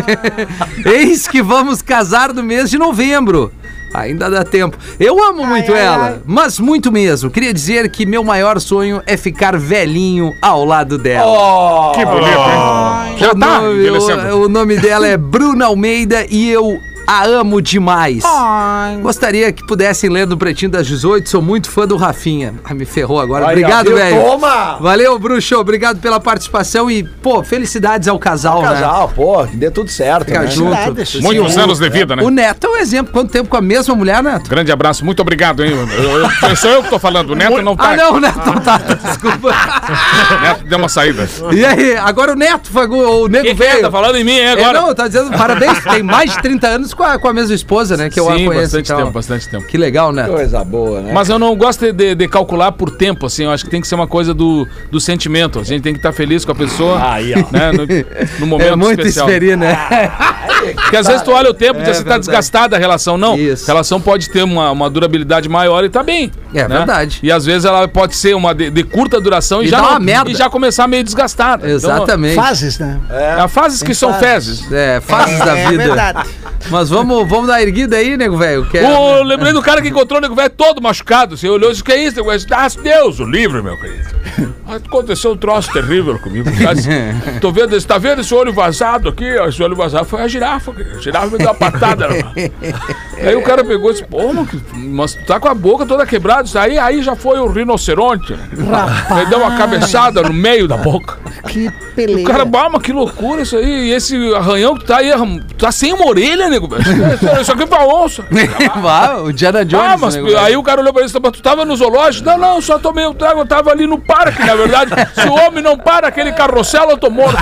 Eis que vamos casar no mês de novembro. Ainda dá tempo. Eu amo muito ai, ela, ai. mas muito mesmo. Queria dizer que meu maior sonho é ficar velhinho ao lado dela. Que bonito, hein? Já o, tá nome, envelhecendo. o, o nome dela é Bruna Almeida e eu a amo demais. Gostaria que pudessem ler no Pretinho das dezoito. Sou muito fã do Rafinha. Ah, me ferrou agora. Aí, Obrigado, ó, viu? velho. Toma! Valeu, Bruxo. Obrigado pela participação e, pô, felicidades ao casal, né? Casal, pô, que dê tudo certo. Fica né? junto. Felicidades. Muitos anos de vida, né? O Neto é um exemplo. Quanto tempo com a mesma mulher, Neto? Grande abraço, muito obrigado, hein? Eu, eu, eu- sou eu que tô falando, o Neto não tá. Ah, não, o Neto não tá. Desculpa. O Neto deu uma saída. E aí, agora o Neto, o nego Que que é? veio. Tá falando em mim, hein, É, agora? não, tá dizendo parabéns, tem mais de trinta anos com a, com a mesma esposa, né? Que eu a Sim, conheço. bastante então. tempo, bastante tempo. Que legal, né? Coisa boa, né? Mas eu não gosto de, de calcular por tempo, assim. Eu acho que tem que ser uma coisa do, do sentimento. A gente tem que estar feliz com a pessoa. Aí, ó. Né, no, no momento É muito especial. esperi, né? Porque às vezes tu olha o tempo e É diz assim, tá verdade. desgastada a relação. Não, Isso. a relação pode ter uma, uma durabilidade maior e tá bem. É né? verdade. E às vezes ela pode ser uma de, de curta duração e, E já dá não- uma merda. e já começar meio desgastada. Exatamente. Fases, né? Então, há fases que são fezes. É, fases da É vida. verdade. Mas vamos, vamos dar erguida aí, nego velho. Que é- Ô, lembrei do cara que encontrou o nego velho todo machucado. Você olhou e disse: que é isso, nego velho? Ah, Deus, o livre, meu querido. Aconteceu um troço terrível comigo. Cara, disse, tô vendo, esse- tá vendo esse olho vazado aqui? Ó, esse olho vazado foi a girafa. querido. A girafa me deu uma patada. Aí o cara pegou e disse: pô, mano, que- mas tu tá com a boca toda quebrada. Disse, Aí, aí já foi o rinoceronte. Né? Ele deu uma cabeçada no meio da boca. Que O peleia. cara, bah, mas que loucura isso aí. E esse arranhão que tá aí, tá sem uma orelha, nego, velho. Isso aqui é pra onça. Ah, o Diana Jones. Ah, mas nego velho. aí o cara olhou pra ele e disse: mas tu tava no zoológico? Não, não, só tomei um trago, eu tava ali no parque, na verdade. Se o homem não para aquele carrossel, eu tô morto.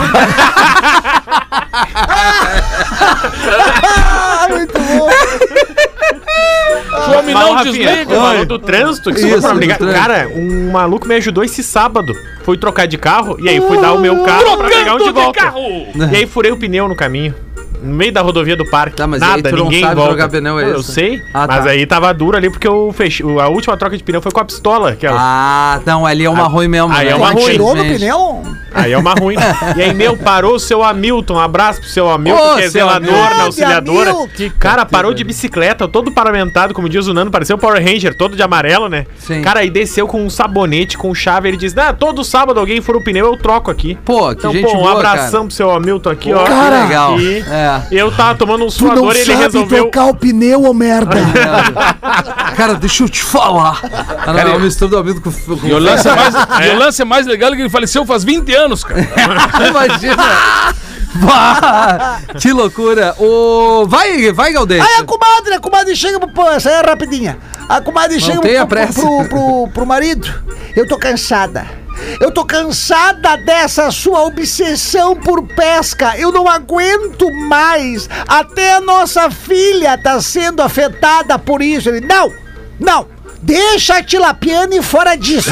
Ah, muito bom. Se o homem Fala, não Rafinha, desliga. tu falou do trânsito, que você Isso, foi pra do brigar. trânsito. Cara, um maluco me ajudou esse sábado. Fui trocar de carro e aí fui dar o meu carro pra pegar um de Trocando de volta. carro. E aí furei o pneu no caminho. No meio da rodovia do parque. Tá, mas aí Nada, tu não ninguém sabe volta. trocar pneu, é Não, Eu isso? sei, Ah, mas tá. aí tava duro ali porque eu fechei. A última troca de pneu foi com a pistola. Que é Ah, não, ali é uma ruim mesmo. aí né? é uma Pô, ruim. tirou no Gente. pneu? Aí é uma ruim. E aí, meu, parou o seu Hamilton. Um abraço pro seu Hamilton, Ô, que é seu zelador Hamilton. na auxiliadora. Hamilton. Que, cara, parou de bicicleta, todo paramentado, como diz o Nando, pareceu o Power Ranger, todo de amarelo, né? Sim. Cara, aí desceu com um sabonete, com chave, ele diz, ah, todo sábado alguém fura o pneu, eu troco aqui. Pô, que Então, gente pô, um boa, abração cara. pro seu Hamilton aqui, ó. Que legal. E É. eu tava tomando um Tu não suador e ele sabe resolveu... trocar o pneu, ô merda. Cara, deixa eu te falar. Ah, não, é o mistura do amigo com, com E o lance é mais, e o lance é mais legal que ele faleceu faz vinte anos, cara. Imagina. Bah, que loucura. O... Vai, vai, Galdês. Aí a comadre, a comadre chega pro... Pô, essa aí é rapidinha. A comadre chega tenha pro, pressa. pro, pro, pro marido. Eu tô cansada. Eu tô cansada dessa sua obsessão por pesca. Eu não aguento mais. Até a nossa filha tá sendo afetada por isso. Ele, não, não. Deixa a tilapiane fora disso.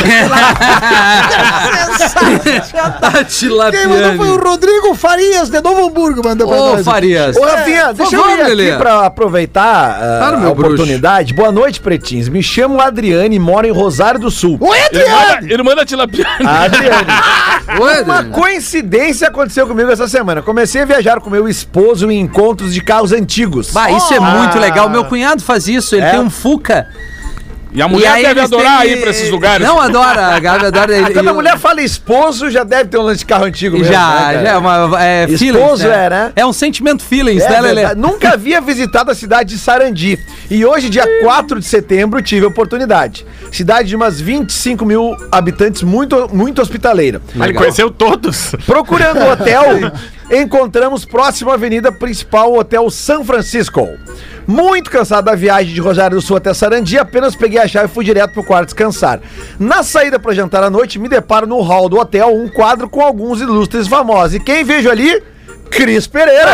A Quem mandou foi o Rodrigo Farias, de Novo Hamburgo, mandou pra Ô, nós. Farias. Ô, Rafinha, Por deixa favor, eu ir aqui Lelê. pra aproveitar uh, Claro, meu a oportunidade. Boa noite, pretinhos. Me chamo Adriane e moro em Rosário do Sul. Oi, Adriano! Irmã da tilapiana. Adriane. Oi, Uma Adriano. coincidência aconteceu comigo essa semana. Comecei a viajar com meu esposo em encontros de carros antigos. Bah, isso é muito Ah. legal. Meu cunhado faz isso. Ele É? tem um Fuca. E a E mulher aí deve eles adorar têm- ir pra esses lugares. Não, adora. A Gabi adora. Ele, Quando a ele- mulher fala esposo, já deve ter um lance de carro antigo mesmo, Já, né, cara? já é uma. É, Esposo feelings, é, né? É um sentimento feelings, É né, Lelê? verdade. Nunca havia visitado a cidade de Sarandi. E hoje, dia quatro de setembro, tive a oportunidade. Cidade de umas vinte e cinco mil habitantes, muito, muito hospitaleira. Ele conheceu todos. Procurando o hotel, encontramos próximo à avenida principal, o Hotel San Francisco. Muito cansado da viagem de Rosário do Sul até Sarandi, apenas peguei a chave e fui direto pro quarto descansar. Na saída para jantar à noite, me deparo no hall do hotel um quadro com alguns ilustres famosos. E quem vejo ali? Cris Pereira!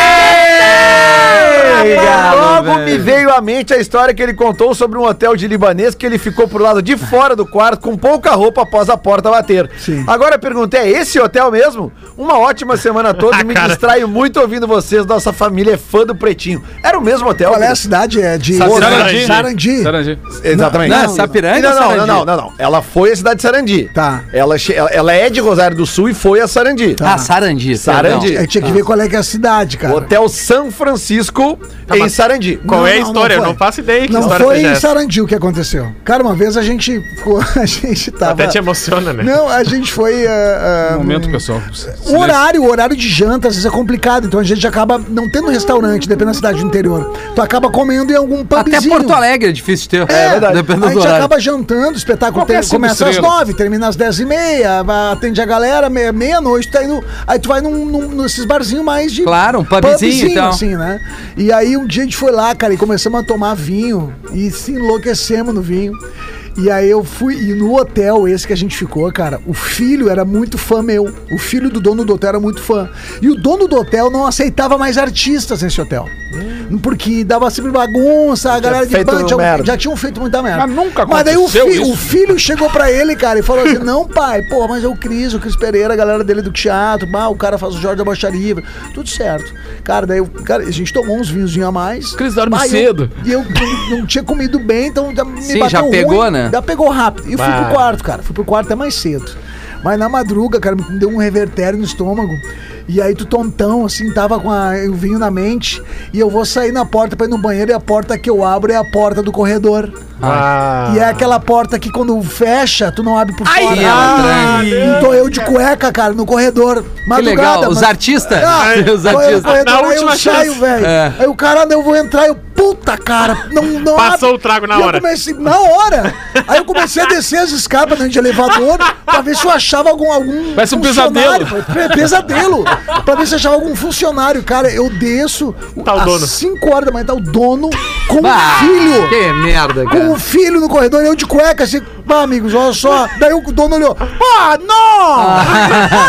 Obrigado, Logo velho. me veio à mente a história que ele contou sobre um hotel de libanês que ele ficou pro lado de fora do quarto com pouca roupa após a porta bater. Sim. Agora a pergunta é, esse hotel mesmo? Uma ótima semana toda, me Cara. distraio muito ouvindo vocês, nossa família é fã do Pretinho. Era o mesmo hotel? Qual é a Cris? cidade? É de Sarandi. Sarandi. Sarandi. Exatamente. Não, é Sapiranga Não, ou não, não, Sarandi? não, não, não. Ela foi à cidade de Sarandi. Tá. Ela, che- ela- ela é de Rosário do Sul e foi a Sarandi. Ah, Sarandi. Sarandi. perdão. Aí tinha que ver qual é que é a cidade, cara. Hotel San Francisco Tá, em mas- Sarandi. Qual Não, é a não, história? não Eu foi. não faço ideia que Não história foi seja em essa. Sarandi o que aconteceu. Cara, uma vez a gente ficou. A gente tava. Até te emociona, né? Não, a gente foi. ah, ah, Momento, pessoal. O horário, o horário de janta, às vezes é complicado, então a gente acaba não tendo restaurante, depende da cidade do interior. Tu acaba comendo em algum pubzinho. Até Porto Alegre é difícil ter. É, verdade. Depende a do gente horário. acaba jantando, o espetáculo Qualquer tem- cinco começa às estrelas. nove, termina às dez e meia, vai- atende a galera, meia- meia-noite, tá indo, aí tu vai num, num, nesses barzinhos mais de... Claro, um pubzinho, então. assim, né? E aí um dia a gente foi lá, cara, e começamos a tomar vinho, e se enlouquecemos no vinho. E aí eu fui, e no hotel esse que a gente ficou, cara, o filho era muito fã meu. O filho do dono do hotel era muito fã. E o dono do hotel não aceitava mais artistas nesse hotel. Porque dava sempre bagunça, a galera de feito banda já, merda. já tinham feito muita merda. Mas nunca Mas daí o, aconteceu fi- isso. o filho chegou pra ele, cara, e falou assim: não, pai, pô, mas é o Cris, o Cris Pereira, a galera dele do teatro, bah, o cara faz o Jorge da Baixaria, tudo certo. Cara, daí eu- cara, a gente tomou uns vinhozinhos a mais. Cris dorme Bah, eu- cedo. E eu, não, não tinha comido bem, então já me Sim, bateu já pegou, ruim, né? Já pegou rápido. E eu fui Bah. pro quarto, cara. Fui pro quarto até mais cedo. Mas na madruga, cara, me deu um revertério no estômago. E aí tu tontão, assim, tava com a, o vinho na mente. E eu vou sair na porta pra ir no banheiro. E a porta que eu abro é a porta do corredor. Ah. E é aquela porta que quando fecha, tu não abre por fora. Ai, ela E tô eu de cueca, cara, no corredor. Que legal. Os mas- artistas. Ah, Os tô eu no artistas. corredor, Na aí eu última saio, chance. velho. É. Aí o cara, eu vou entrar, eu, puta, cara, não, não Passou abre. o trago na E hora. Eu comecei, na hora. Aí eu comecei a descer as escadas dentro de elevador pra ver se eu achava algum. algum Parece um funcionário. pesadelo. Pe- Pesadelo. Pra ver se eu achava algum funcionário. Cara, eu desço. Tá o às dono. cinco horas da manhã, tá o dono com Bah, um filho. Que merda, Com cara. um filho no corredor, eu de cueca, assim, pá, amigos, olha só. Daí o dono olhou, ah, não! Ah,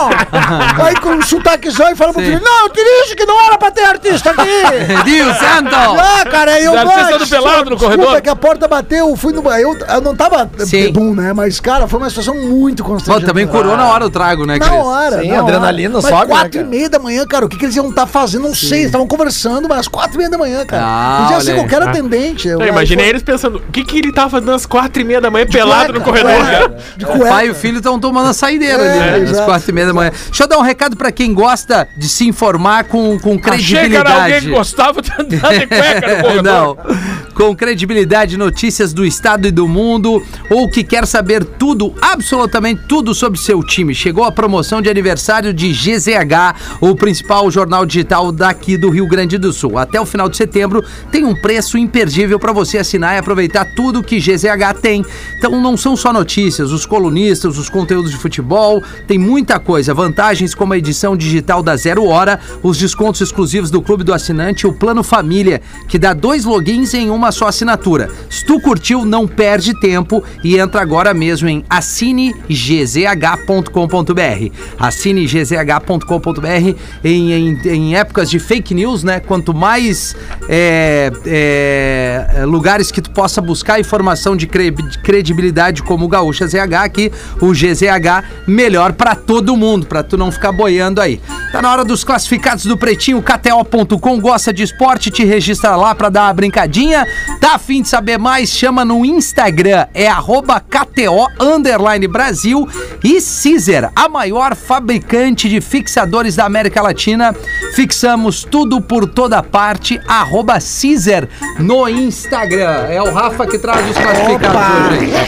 não! Aí com um sotaquezão e fala pro Sim. filho, não, eu te disse que não era pra ter artista aqui! Dio Santo! Ah, cara, aí eu... Os artistas "Ah, do pelado no desculpa, corredor." é que a porta bateu, eu fui no... Eu, eu não tava Sim. bebum, né? Mas, cara, foi uma situação muito Pô, constrangedora. também curou na hora o trago, né, Na Cris? hora, Sim, na adrenalina hora. sobe, Mas né, quatro e cara? meia da manhã, cara, o que, que eles iam estar fazendo? Não sei, eles estavam conversando, mas às quatro e meia da manhã, cara. Ah, Podia olha ser aí. qualquer Ah. atendente. Eu, Eu aí imaginei foi- eles pensando, o que que ele tava fazendo às quatro e meia da manhã mãe pelado no corredor, cara. De O cueca. pai e o filho estão tomando a saideira É, ali, né? Às exato. quatro e meia da manhã. Deixa eu dar um recado pra quem gosta de se informar com, com Achei que era credibilidade. alguém que gostava de andar de cueca no corredor. Não. Com credibilidade, notícias do estado e do mundo, ou que quer saber tudo, absolutamente tudo sobre seu time. Chegou a promoção de aniversário de G Z H, o principal jornal digital daqui do Rio Grande do Sul. Até o final de setembro tem um preço imperdível para você assinar e aproveitar tudo que G Z H tem. Então não são só notícias, os colunistas, os conteúdos de futebol, tem muita coisa. Vantagens como a edição digital da Zero Hora, os descontos exclusivos do Clube do Assinante, o Plano Família, que dá dois logins em uma só assinatura. Se tu curtiu, não perde tempo e entra agora mesmo em assine g z h ponto com ponto b r. assine g z h ponto com ponto b r. Em, em, em épocas de fake news, né? Quanto mais é, é, lugares que tu possa buscar informação de cre- de credibilidade como o Gaúcha Z H aqui, o G Z H, melhor pra todo mundo, pra tu não ficar boiando aí. Tá na hora dos classificados do Pretinho. K T O ponto com, gosta de esporte, te registra lá pra dar uma brincadinha. Tá a fim de saber mais? Chama no Instagram, é arroba K T O underline Brasil. E Caesar, a maior fabricante de fixadores da América Latina. Fixamos tudo por toda parte, arroba Caesar no Instagram. É o Rafa que traz os classificados hoje aí.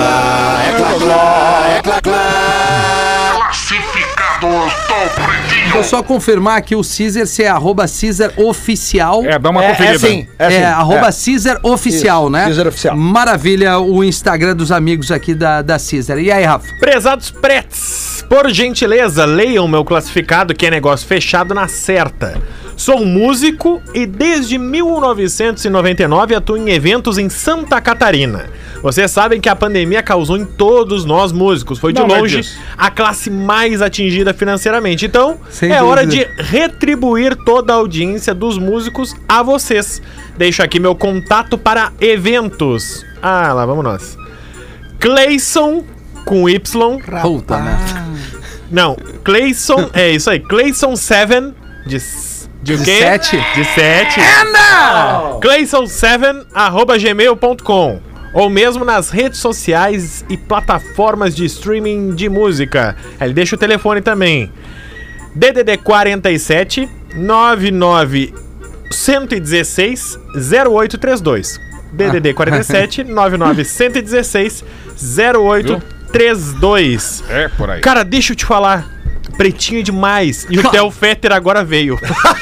Classificados do Pretinho. Vou só confirmar aqui o Caesar, se é arroba Caesar Oficial. É, dá uma É, conferida. é sim, é É, sim. arroba É. Caesar Oficial, Isso, né? Caesar Oficial. Maravilha, o Instagram dos amigos aqui da, da Caesar. E aí, Rafa? Prezados pretes, por gentileza, leiam meu classificado que é negócio fechado na certa. Sou um músico e desde mil novecentos e noventa e nove atuo em eventos em Santa Catarina. Vocês sabem que a pandemia causou em todos nós músicos. Foi de Não, não é longe disso. a classe mais atingida financeiramente. Então, Sem é hora de dúvida. retribuir toda a audiência dos músicos a vocês. Deixo aqui meu contato para eventos. Ah, lá vamos nós. Cleison com Y. Puta merda. Não, Cleison, é isso aí. Cleison sete de de o De quê? sete? De sete. Cleison sete arroba gmail ponto com ou mesmo nas redes sociais e plataformas de streaming de música. Ele deixa o telefone também. D D D quarenta e sete nove nove um um seis zero oito três dois. D D D quarenta e sete nove nove um um seis zero oito três dois. É, por aí. Cara, deixa eu te falar. Pretinho demais. E o Theo Fetter agora veio.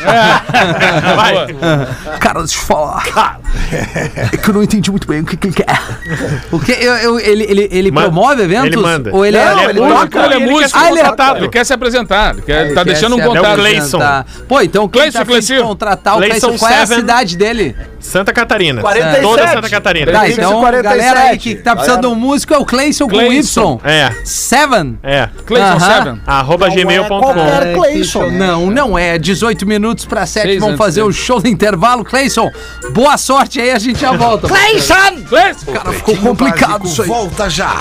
Vai. Cara, deixa eu falar. É que eu não entendi muito bem o que, que ele quer. O que? Eu, eu- ele ele, ele Manda. promove eventos? Ele manda. Ou ele Não, é. ele ou toca, Ele é ele quer músico, ser Ah, ele é- contratado. ele quer se apresentar, ele, quer, Ele tá quer deixando um se contato. apresentar. apresentar. Pô, então quem Cleison, tá afim de Cleison. contratar o Cleison Cleison, qual é a Seven. cidade dele? Santa Catarina. quarenta e Toda sete. Santa Catarina. Tá, Isso, então, quarenta e galera aí sete. que tá precisando de um músico é o Cleison com Cleison. Y. É, Seven. é. Cleison Aham. Seven. Arroba Não gmail é ponto com. qualquer É, Cleison, que show. né? Não, não é. dezoito minutos para sete. Seis Vamos antes fazer dele. o show do intervalo. Cleison, boa sorte aí, a gente já volta. Cleison! Cleison. Cara, ficou complicado isso aí. Volta já.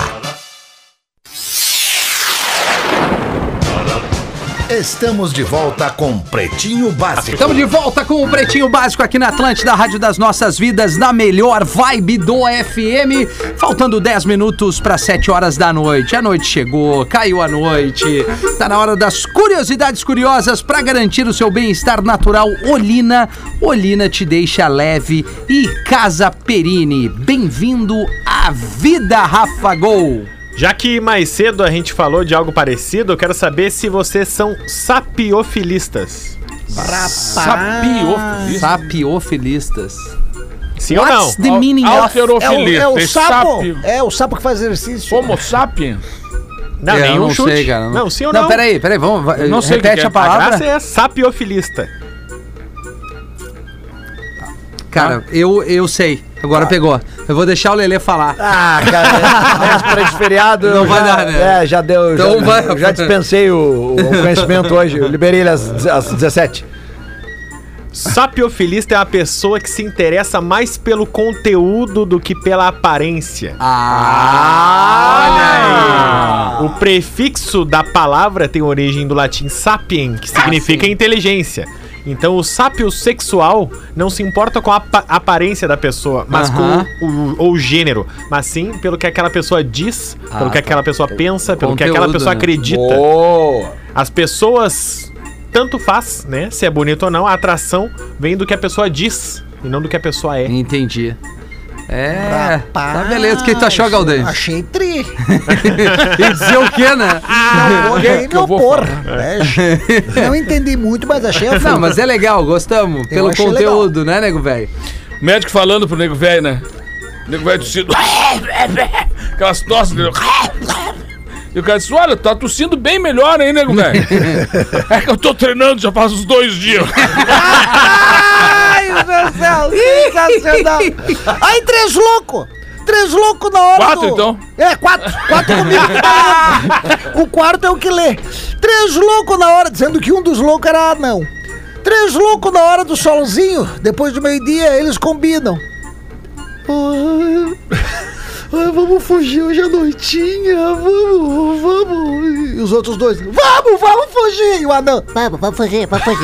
Estamos de volta com Pretinho Básico. Estamos de volta com o Pretinho Básico aqui na Atlântida, Rádio das Nossas Vidas, na melhor vibe do F M. Faltando dez minutos para sete horas da noite. A noite chegou, caiu a noite. Tá na hora das curiosidades curiosas para garantir o seu bem-estar natural. Olina, Olina te deixa leve e Casa Perini. Bem-vindo à vida, Rafa Gol. Já que mais cedo a gente falou de algo parecido, eu quero saber se vocês são sapiofilistas. Sapiofilista. Sapiofilistas. Sim ou não? What's the meaning of... É o, Alterofilista. é o Tem sapo. sapio. É o sapo que faz exercício. Homo sapiens. Não, É, eu nenhum não chute. sei, cara. Não, sim ou Não, não? peraí, peraí, vamos. vai- não sei o que repete que é. a A palavra. graça é sapiofilista. Cara, eu, eu sei. Agora pegou. Eu vou deixar o Lelê falar. Ah, cara, véspera de feriado. Não eu vai já, dar, né? É, já deu. Então já, vai. eu já dispensei o, o conhecimento hoje. Eu liberei ele às, às dezessete. Sapiofilista é uma pessoa que se interessa mais pelo conteúdo do que pela aparência. Ah, O prefixo da palavra tem origem do latim sapien, que significa inteligência. Então o sápio sexual não se importa com a apa- aparência da pessoa, mas Aham. com o, o, o gênero, mas sim pelo que aquela pessoa diz, Ah, pelo que tá. aquela pessoa pensa, pelo que Conteúdo, aquela pessoa né? acredita. Boa! As pessoas, tanto faz, né, se é bonito ou não, a atração vem do que a pessoa diz e não do que a pessoa é. Entendi. É, Rapaz, tá beleza. O que tu achou, Galdês? Achei tri. E dizer o quê, né? Não vou nem me que eu vou opor. né? Não entendi muito, mas achei a Não, mas é legal, gostamos. Pelo achei conteúdo, né, nego velho? O médico falando pro nego velho, né? O nego velho tossindo. Aquelas tosses dele. E o cara disse: olha, tá tossindo bem melhor, hein, nego velho? É que eu tô treinando já faz uns dois dias. Ai, meu céu, sensacional. Aí, três loucos. Três loucos na hora Quatro, do... então? É, quatro. Quatro comigo. que tá lendo. O quarto é o que lê. Três loucos na hora, dizendo que um dos loucos era anão. Três loucos na hora do solzinho, depois do meio-dia, eles combinam. Ai, ai, vamos fugir hoje à noitinha, vamos, vamos. E os outros dois, vamos, vamos fugir. E o anão, vamos, vamos fugir, vamos fugir.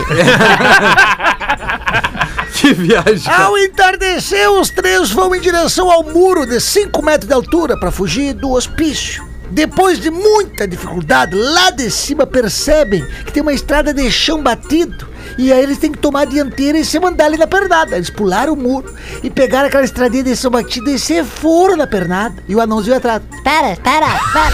Que viagem. cara. Ao entardecer, os três vão em direção ao muro de cinco metros de altura para fugir do hospício. Depois de muita dificuldade, lá de cima percebem que tem uma estrada de chão batido. E aí eles têm que tomar a dianteira e se mandar ali na pernada. Eles pularam o muro e pegaram aquela estradinha de chão batido e se foram na pernada. E o anãozinho atrás. Espera, espera,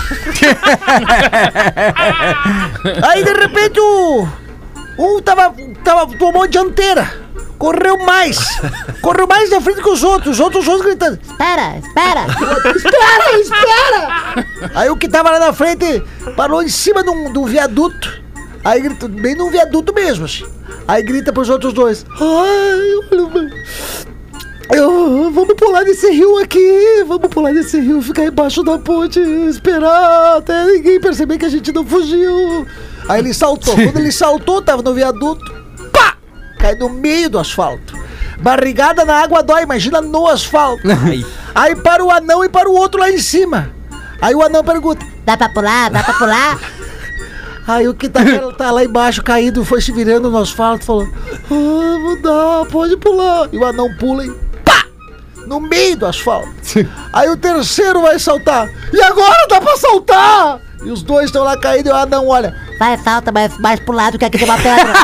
espera. Aí de repente o... Um tava, tava, tomou a dianteira. Correu mais. Correu mais na frente que os outros. Os outros, os outros gritando. Espera, espera. Espera, espera. Aí o que tava lá na frente parou em cima de um, de um viaduto. Aí grita, bem num viaduto mesmo, assim. Aí grita pros outros dois. Ai, olha, mano. Eu, vamos pular desse rio aqui. Vamos pular desse rio, ficar embaixo da ponte, esperar até ninguém perceber que a gente não fugiu. Aí ele saltou. Quando ele saltou, tava no viaduto. Pá! Cai no meio do asfalto. Barrigada na água dói, imagina no asfalto. Aí para o anão e para o outro lá em cima. Aí o anão pergunta: dá pra pular? Dá pra pular? Aí o que tá, tá lá embaixo caído foi se virando no asfalto, falou: ah, não dá, pode pular. E o anão pula e pá! No meio do asfalto. Aí o terceiro vai saltar. E agora dá pra saltar? E os dois estão lá caídos e o anão olha: vai, salta, mas mais pro lado que aqui tem uma pedra.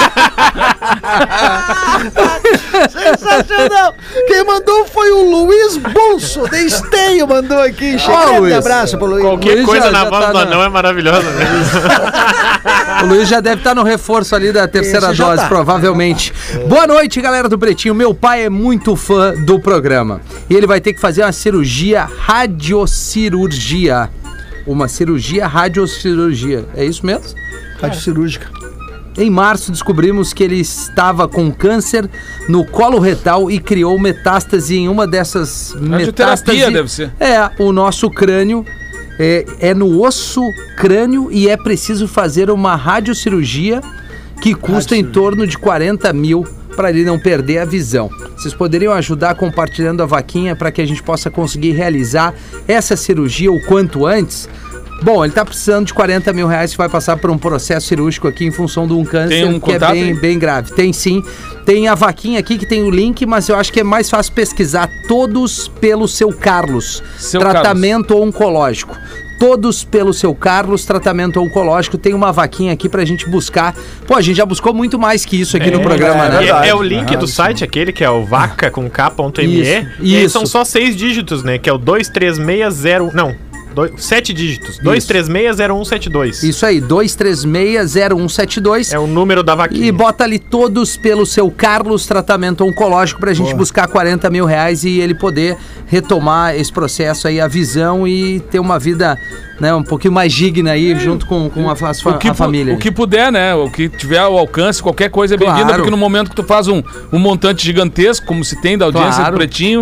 Sensacional! Quem mandou foi o Luiz Bolso, de Esteio, mandou aqui. Chega, Luiz. um abraço pro Luiz. Qualquer Luiz coisa já- na já voz tá do na- anão é maravilhosa, né? O Luiz já deve estar no reforço ali da terceira Esse já dose, tá. provavelmente. Boa noite, galera do Pretinho. Meu pai é muito fã do programa. E ele vai ter que fazer uma cirurgia radiocirurgia. Uma cirurgia radiocirurgia. É isso mesmo? Rádio cirúrgica. Em março, descobrimos que ele estava com câncer no colo retal e criou metástase em uma dessas Radioterapia metástase. deve ser. É, o nosso crânio é, é no osso crânio e é preciso fazer uma radiocirurgia que custa em torno de quarenta mil para ele não perder a visão. Vocês poderiam ajudar compartilhando a vaquinha para que a gente possa conseguir realizar essa cirurgia o quanto antes? Bom, ele tá precisando de quarenta mil reais que vai passar por um processo cirúrgico aqui em função de um câncer Tem um que é contato bem, aí? bem grave. Tem sim. Tem a vaquinha aqui que tem o link, mas eu acho que é mais fácil pesquisar Todos pelo Seu Carlos. Seu Tratamento oncológico. Todos pelo Seu Carlos, tratamento oncológico. Tem uma vaquinha aqui pra gente buscar. Pô, a gente já buscou muito mais que isso aqui no programa, é né? E verdade. é o link do site, aquele que é o vaca com k ponto m e. Isso, E aí isso. são só seis dígitos, né? Que é o dois três seis zero. Não, dois, sete dígitos. dois três seis zero um sete dois. Isso aí, dois três seis zero um sete dois. É o número da vaquinha. E bota ali Todos pelo Seu Carlos Tratamento Oncológico pra gente buscar quarenta mil reais e ele poder retomar esse processo aí, a visão e ter uma vida, né, um pouquinho mais digna aí junto com, com a, a, fa- O que, a pu- família. o que puder, né? O que tiver ao alcance, qualquer coisa é bem-vinda, Claro. porque no momento que tu faz um, um montante gigantesco, como se tem da audiência Claro. do Pretinho,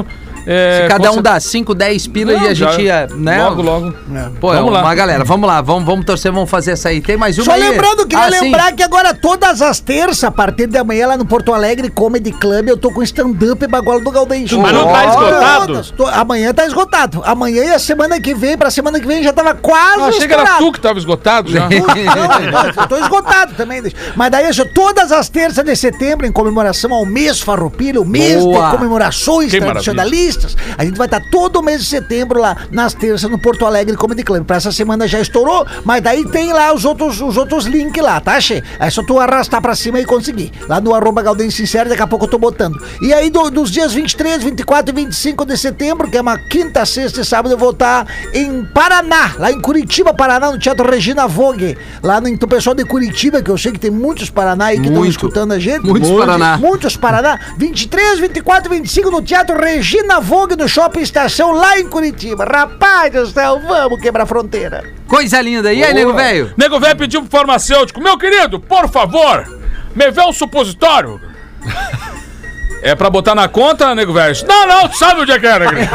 É, Se cada um conce- dá cinco, dez pila Não, e a já- gente ia, né? Logo, logo. Pô, Vamos é uma lá. galera. Vamos lá, vamos, vamos torcer, vamos fazer essa aí. Tem mais uma Só aí? lembrando, queria Ah, sim. lembrar que agora todas as terças, a partir de amanhã, lá no Porto Alegre Comedy Club, eu tô com stand-up Bagual do Gaudêncio. Mas não tá esgotado? Todas. Tô- Amanhã tá esgotado. Amanhã e a semana que vem, pra semana que vem já tava quase Eu achei que era estourado. tu que tava esgotado já. Não, eu tô esgotado também. deixa. Mas daí, assim, todas as terças de setembro, em comemoração ao mês farroupilha, o mês Boa. de comemorações Que tradicionalistas, a gente vai estar todo mês de setembro lá, nas terças, no Porto Alegre Comedy Club. Pra essa semana já estourou, mas daí tem lá os outros, os outros links lá, tá, Che? É só tu arrastar pra cima e conseguir. Lá no arroba Gaudêncio Sincero, daqui a pouco eu tô botando. E aí, do- dos dias vinte e três, vinte e quatro e vinte e cinco de setembro, que é uma quinta, sexta e sábado, eu vou estar em Paraná, lá em Curitiba, Paraná, no Teatro Regina Vogue. Lá no então, pessoal de Curitiba, que eu sei que tem muitos Paraná aí que estão Muito. escutando a gente. Muitos Paraná. Muitos Paraná. vinte e três, vinte e quatro e vinte e cinco no Teatro Regina Vogue, no Shopping Estação, lá em Curitiba. Rapaz do céu, vamos quebrar a fronteira. Coisa linda. E aí, nego velho? Nego velho pediu pro farmacêutico, meu querido, por favor, me vê um supositório. É pra botar na conta, nego velho? Não, não, tu sabe onde é que era, querido.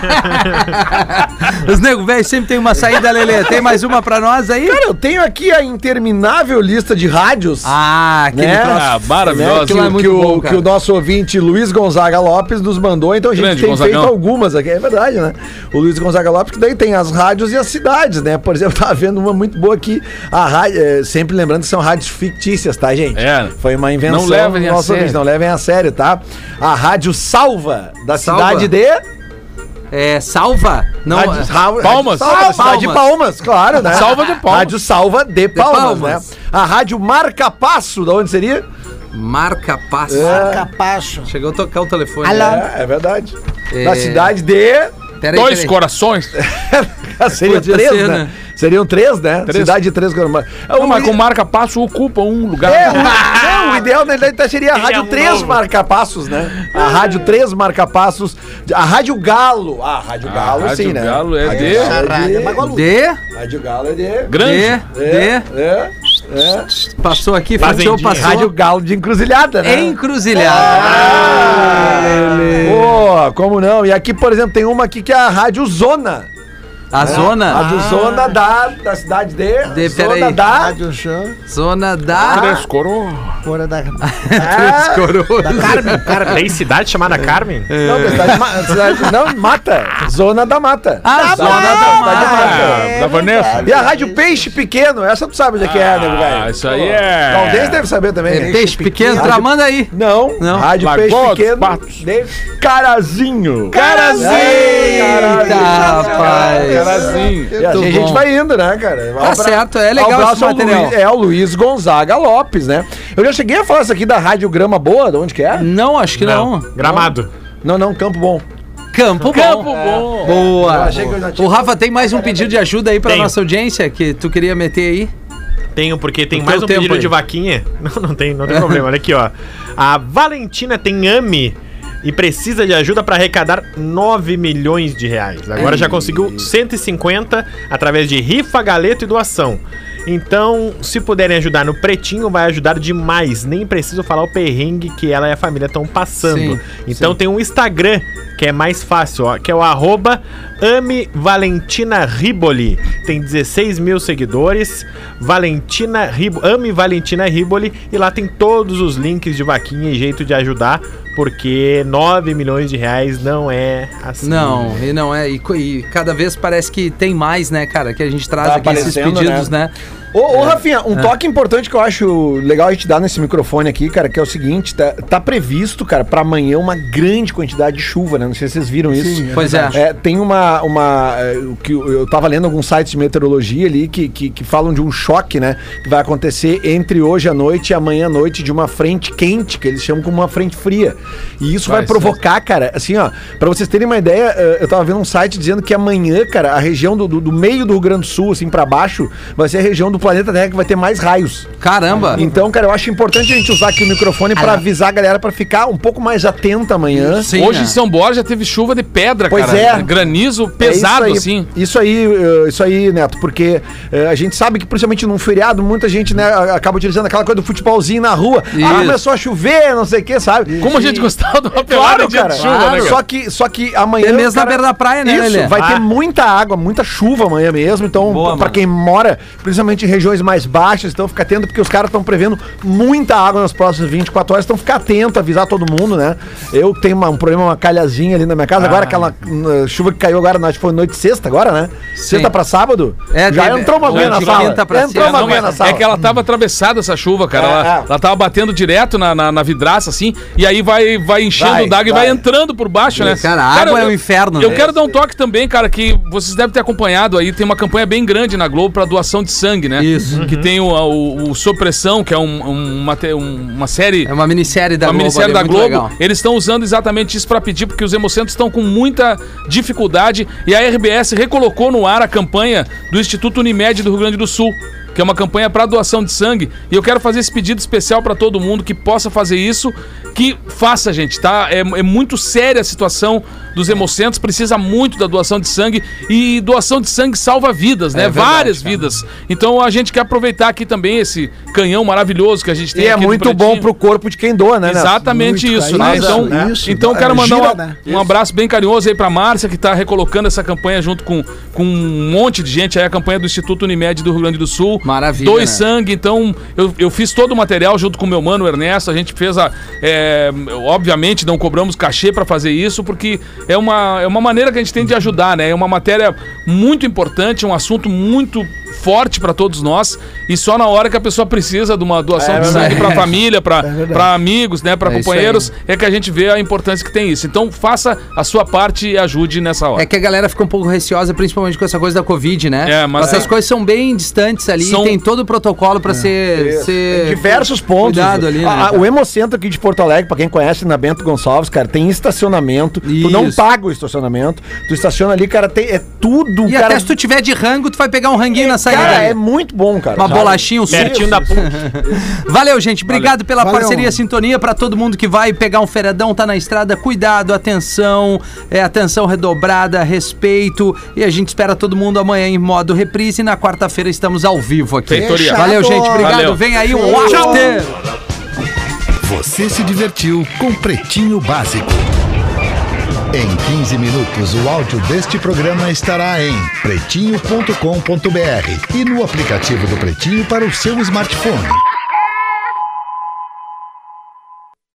Os nego velho sempre tem uma saída, Lelê. Tem mais uma pra nós aí? Cara, eu tenho aqui a interminável lista de rádios. Ah, aquele Né? troço. Ah, Né, maravilhoso. que, Aquilo é o- muito que o, bom, cara. que o nosso ouvinte Luiz Gonzaga Lopes nos mandou, então a gente Grande tem Gonzagão. feito algumas aqui, é verdade, né? O Luiz Gonzaga Lopes, que daí tem as rádios e as cidades, né? Por exemplo, tava vendo uma muito boa aqui, a rádio, é, sempre lembrando que são rádios fictícias, tá, gente? É. Foi uma invenção Não levem do a nosso sério. ouvinte, não levem a sério, tá? A rádio Salva, da Salva. cidade de... É, salva? Não, Rádio, é- Ra- Palmas. Rádio Salva, da cidade de Palmas. Palmas, claro, né? Salva de Palmas. Rádio Salva de Palmas, Palmas. né? A rádio Marca Passo, da onde seria? marca passo. Capacho. Chegou a tocar o telefone. Alô? É, é verdade. É. Da cidade de... Peraí, Dois peraí. corações. Seriam Podia três, ser, né? né? Seriam três, né? Três. Cidade de três. Não, Não, mas com marca passo ocupa um lugar. É, o, não, o ideal na verdade seria a Rádio um três novo. Marca-Passos, né? A Rádio três Marca-Passos. A Rádio Galo. Ah, Rádio Galo, Rádio sim, né? Galo é Rádio de- Galo Essa rádio é de... Bagualu. D, Rádio Galo é de... Grande. D, É, D. é, é. Passou aqui, Fazendinha. fechou, passou. Rádio Galo de Encruzilhada, né? Encruzilhada. Pô, como não? E aqui, por exemplo, tem uma aqui que é a Rádio Zona. A zona? Rádio Zona da, da cidade de... De- Zona peraí. da... Rádio Chão, Zona da... Três coroas. fora da... Ah, Da Carmen, Carmen. Tem cidade chamada Carmen? Não, da cidade, ma- cidade- não, Mata. Zona da Mata. Ah, zona da Cidade mata. Ah, da Vanessa. E a Rádio Peixe Pequeno, essa tu sabe onde é que é, nego velho. Ah, isso aí é- Talvez deve saber também. É né? peixe pequeno, Rádio- tá, manda aí. Não, Não. Rádio Lagoa Peixe dos Pequeno Patos. de Carazinho. Carazinho. Eita, rapaz. Carazinho. E assim Muito a gente bom. vai indo, né, cara? Tá certo, é legal Abraço esse ao material. Luiz- é o Luiz Gonzaga Lopes, né? Eu já cheguei a falar isso aqui da Rádio Grama Boa, de onde que é? Não, acho que não. Gramado. Não, não, Campo Bom. Campo bom. Campo bom. Boa. Eu achei que eu já tinha- O Rafa, tem mais um pedido de ajuda aí pra Tenho. nossa audiência que tu queria meter aí? Tenho, porque tem O mais teu um tempo pedido aí. de vaquinha. Não, não tem, não tem problema. Olha aqui, ó. A Valentina tem AME e precisa de ajuda para arrecadar nove milhões de reais. Agora já conseguiu cento e cinquenta através de rifa, galeto e doação. Então, se puderem ajudar no pretinho, vai ajudar demais. Nem preciso falar o perrengue que ela e a família estão passando. Sim, então sim. tem um Instagram que é mais fácil, ó, que é o arroba Ame Valentina Riboli. Tem dezesseis mil seguidores. Valentina Riboli, Ame Valentina Riboli. E lá tem todos os links de vaquinha e jeito de ajudar. Porque nove milhões de reais não é assim. Não, e não é. E, co- e cada vez parece que tem mais, né, cara? Que a gente traz Tá aqui esses aparecendo, pedidos, né? Ô, ô Rafinha, um toque importante que eu acho legal a gente dar nesse microfone aqui, cara, que é o seguinte, tá, tá previsto, cara, pra amanhã uma grande quantidade de chuva, né? Não sei se vocês viram isso. Pois é. É, tem uma, uma é, o que eu eu tava lendo alguns sites de meteorologia ali que, que, que falam de um choque, né? Que vai acontecer entre hoje à noite e amanhã à noite de uma frente quente, que eles chamam como uma frente fria. E isso vai, Vai provocar, cara, assim, ó, pra vocês terem uma ideia, eh, eu tava vendo um site dizendo que amanhã, cara, a região do, do, do meio do Rio Grande do Sul, assim, pra baixo, vai ser a região do planeta Terra que vai ter mais raios. Caramba. Então, cara, eu acho importante a gente usar aqui o microfone pra avisar a galera pra ficar um pouco mais atenta amanhã. Sim, Hoje né? em São Borja teve chuva de pedra, Pois cara. é. Granizo É pesado, isso aí, assim. Isso aí, uh, isso aí, Neto, porque uh, a gente sabe que, principalmente num feriado, muita gente, né, acaba utilizando aquela coisa do futebolzinho na rua. Isso. Ah, começou a chover, não sei o que, sabe? Como a gente gostava de uma pelada Claro, em dia cara. de chuva, claro. né, cara? Só que, só que amanhã... É mesmo cara, na beira da praia, né, Isso, Lelê? vai ter Ah. muita água, muita chuva amanhã mesmo. Então, Boa, pra mano. quem mora, principalmente em regiões mais baixas, então fica atento, porque os caras estão prevendo muita água nas próximas vinte e quatro horas. Então fica atento, avisar todo mundo, né? Eu tenho uma- um problema, uma calhazinha ali na minha casa. Agora, aquela uh, chuva que caiu agora, acho que foi noite de sexta agora, né? Sexta pra sábado. É, já teve- entrou uma já aguinha na de sala. quinta pra Entrou sexta. uma Não, aguinha na mas sala. é que ela tava atravessada essa chuva, cara. É, ela, é. ela tava batendo direto na, na, na vidraça, assim, e aí vai, vai enchendo Vai, o d'água e vai. vai entrando por baixo, né? Cara, a água é um inferno, Eu né? quero dar um toque também, cara, que vocês devem ter acompanhado aí. Tem uma campanha bem grande na Globo pra doação de sangue, né? Isso. Que tem o, o, o Sopressão, que é um, um- uma, te- um- uma série. É uma minissérie da Uma Globo. minissérie ali, da muito Globo, legal. eles estão usando exatamente isso para pedir, porque os hemocentros estão com muita dificuldade e a R B S recolocou no ar a campanha do Instituto Unimed do Rio Grande do Sul, que é uma campanha para doação de sangue, e eu quero fazer esse pedido especial para todo mundo que possa fazer isso, que faça, gente, tá? É, é muito séria a situação dos hemocentros, precisa muito da doação de sangue, e doação de sangue salva vidas, né? É verdade, Várias cara. vidas. Então a gente quer aproveitar aqui também esse canhão maravilhoso que a gente tem E é aqui do muito Pretinho. bom pro corpo de quem doa, né, Neto? Exatamente Muito, isso, cara. né? Isso, Então, né? Isso. então eu quero É, mandar gira, uma- né? um abraço bem carinhoso aí pra Márcia, que tá recolocando essa campanha junto com, com um monte de gente aí, a campanha do Instituto Unimed do Rio Grande do Sul. Maravilha, Doe né? sangue, então eu, eu fiz todo o material junto com o meu mano, o Ernesto, a gente fez a... é, obviamente não cobramos cachê pra fazer isso, porque é uma, é uma maneira que a gente tem de ajudar, né? É uma matéria muito importante, um assunto muito forte pra todos nós, e só na hora que a pessoa precisa de uma doação É de verdade. sangue pra família, pra, verdade. pra amigos, né, pra É isso companheiros, é que a gente vê a importância que tem isso. Então faça a sua parte e ajude nessa hora. É que a galera fica um pouco receosa, principalmente com essa coisa da Covid, né? É, mas Essas é. coisas são bem distantes ali, São- tem todo o protocolo pra ser, ser... Tem diversos pontos. Cuidado ali, né, Ah, cara? o Hemocentro aqui de Porto Alegre, pra quem conhece, na Bento Gonçalves, cara, tem estacionamento. Tu não Isso. paga o estacionamento. Tu estaciona ali, cara, tem, é tudo, E cara. até se tu tiver de rango, tu vai pegar um ranguinho na saída. Cara, ali. é muito bom, cara. Uma sabe? bolachinha, um suco. Pertinho da ponte. Valeu, gente. Obrigado pela Valeu. parceria, sintonia. Pra todo mundo que vai pegar um feriadão, tá na estrada. Cuidado, atenção, é, atenção redobrada, respeito. E a gente espera todo mundo amanhã em modo reprise. E na quarta-feira estamos ao vivo aqui. Feitoria. Valeu, Fechado. gente. Obrigado. Valeu. Vem aí o Tchau. after. Você se divertiu com Pretinho Básico. Em quinze minutos, o áudio deste programa estará em pretinho ponto com ponto br e no aplicativo do Pretinho para o seu smartphone.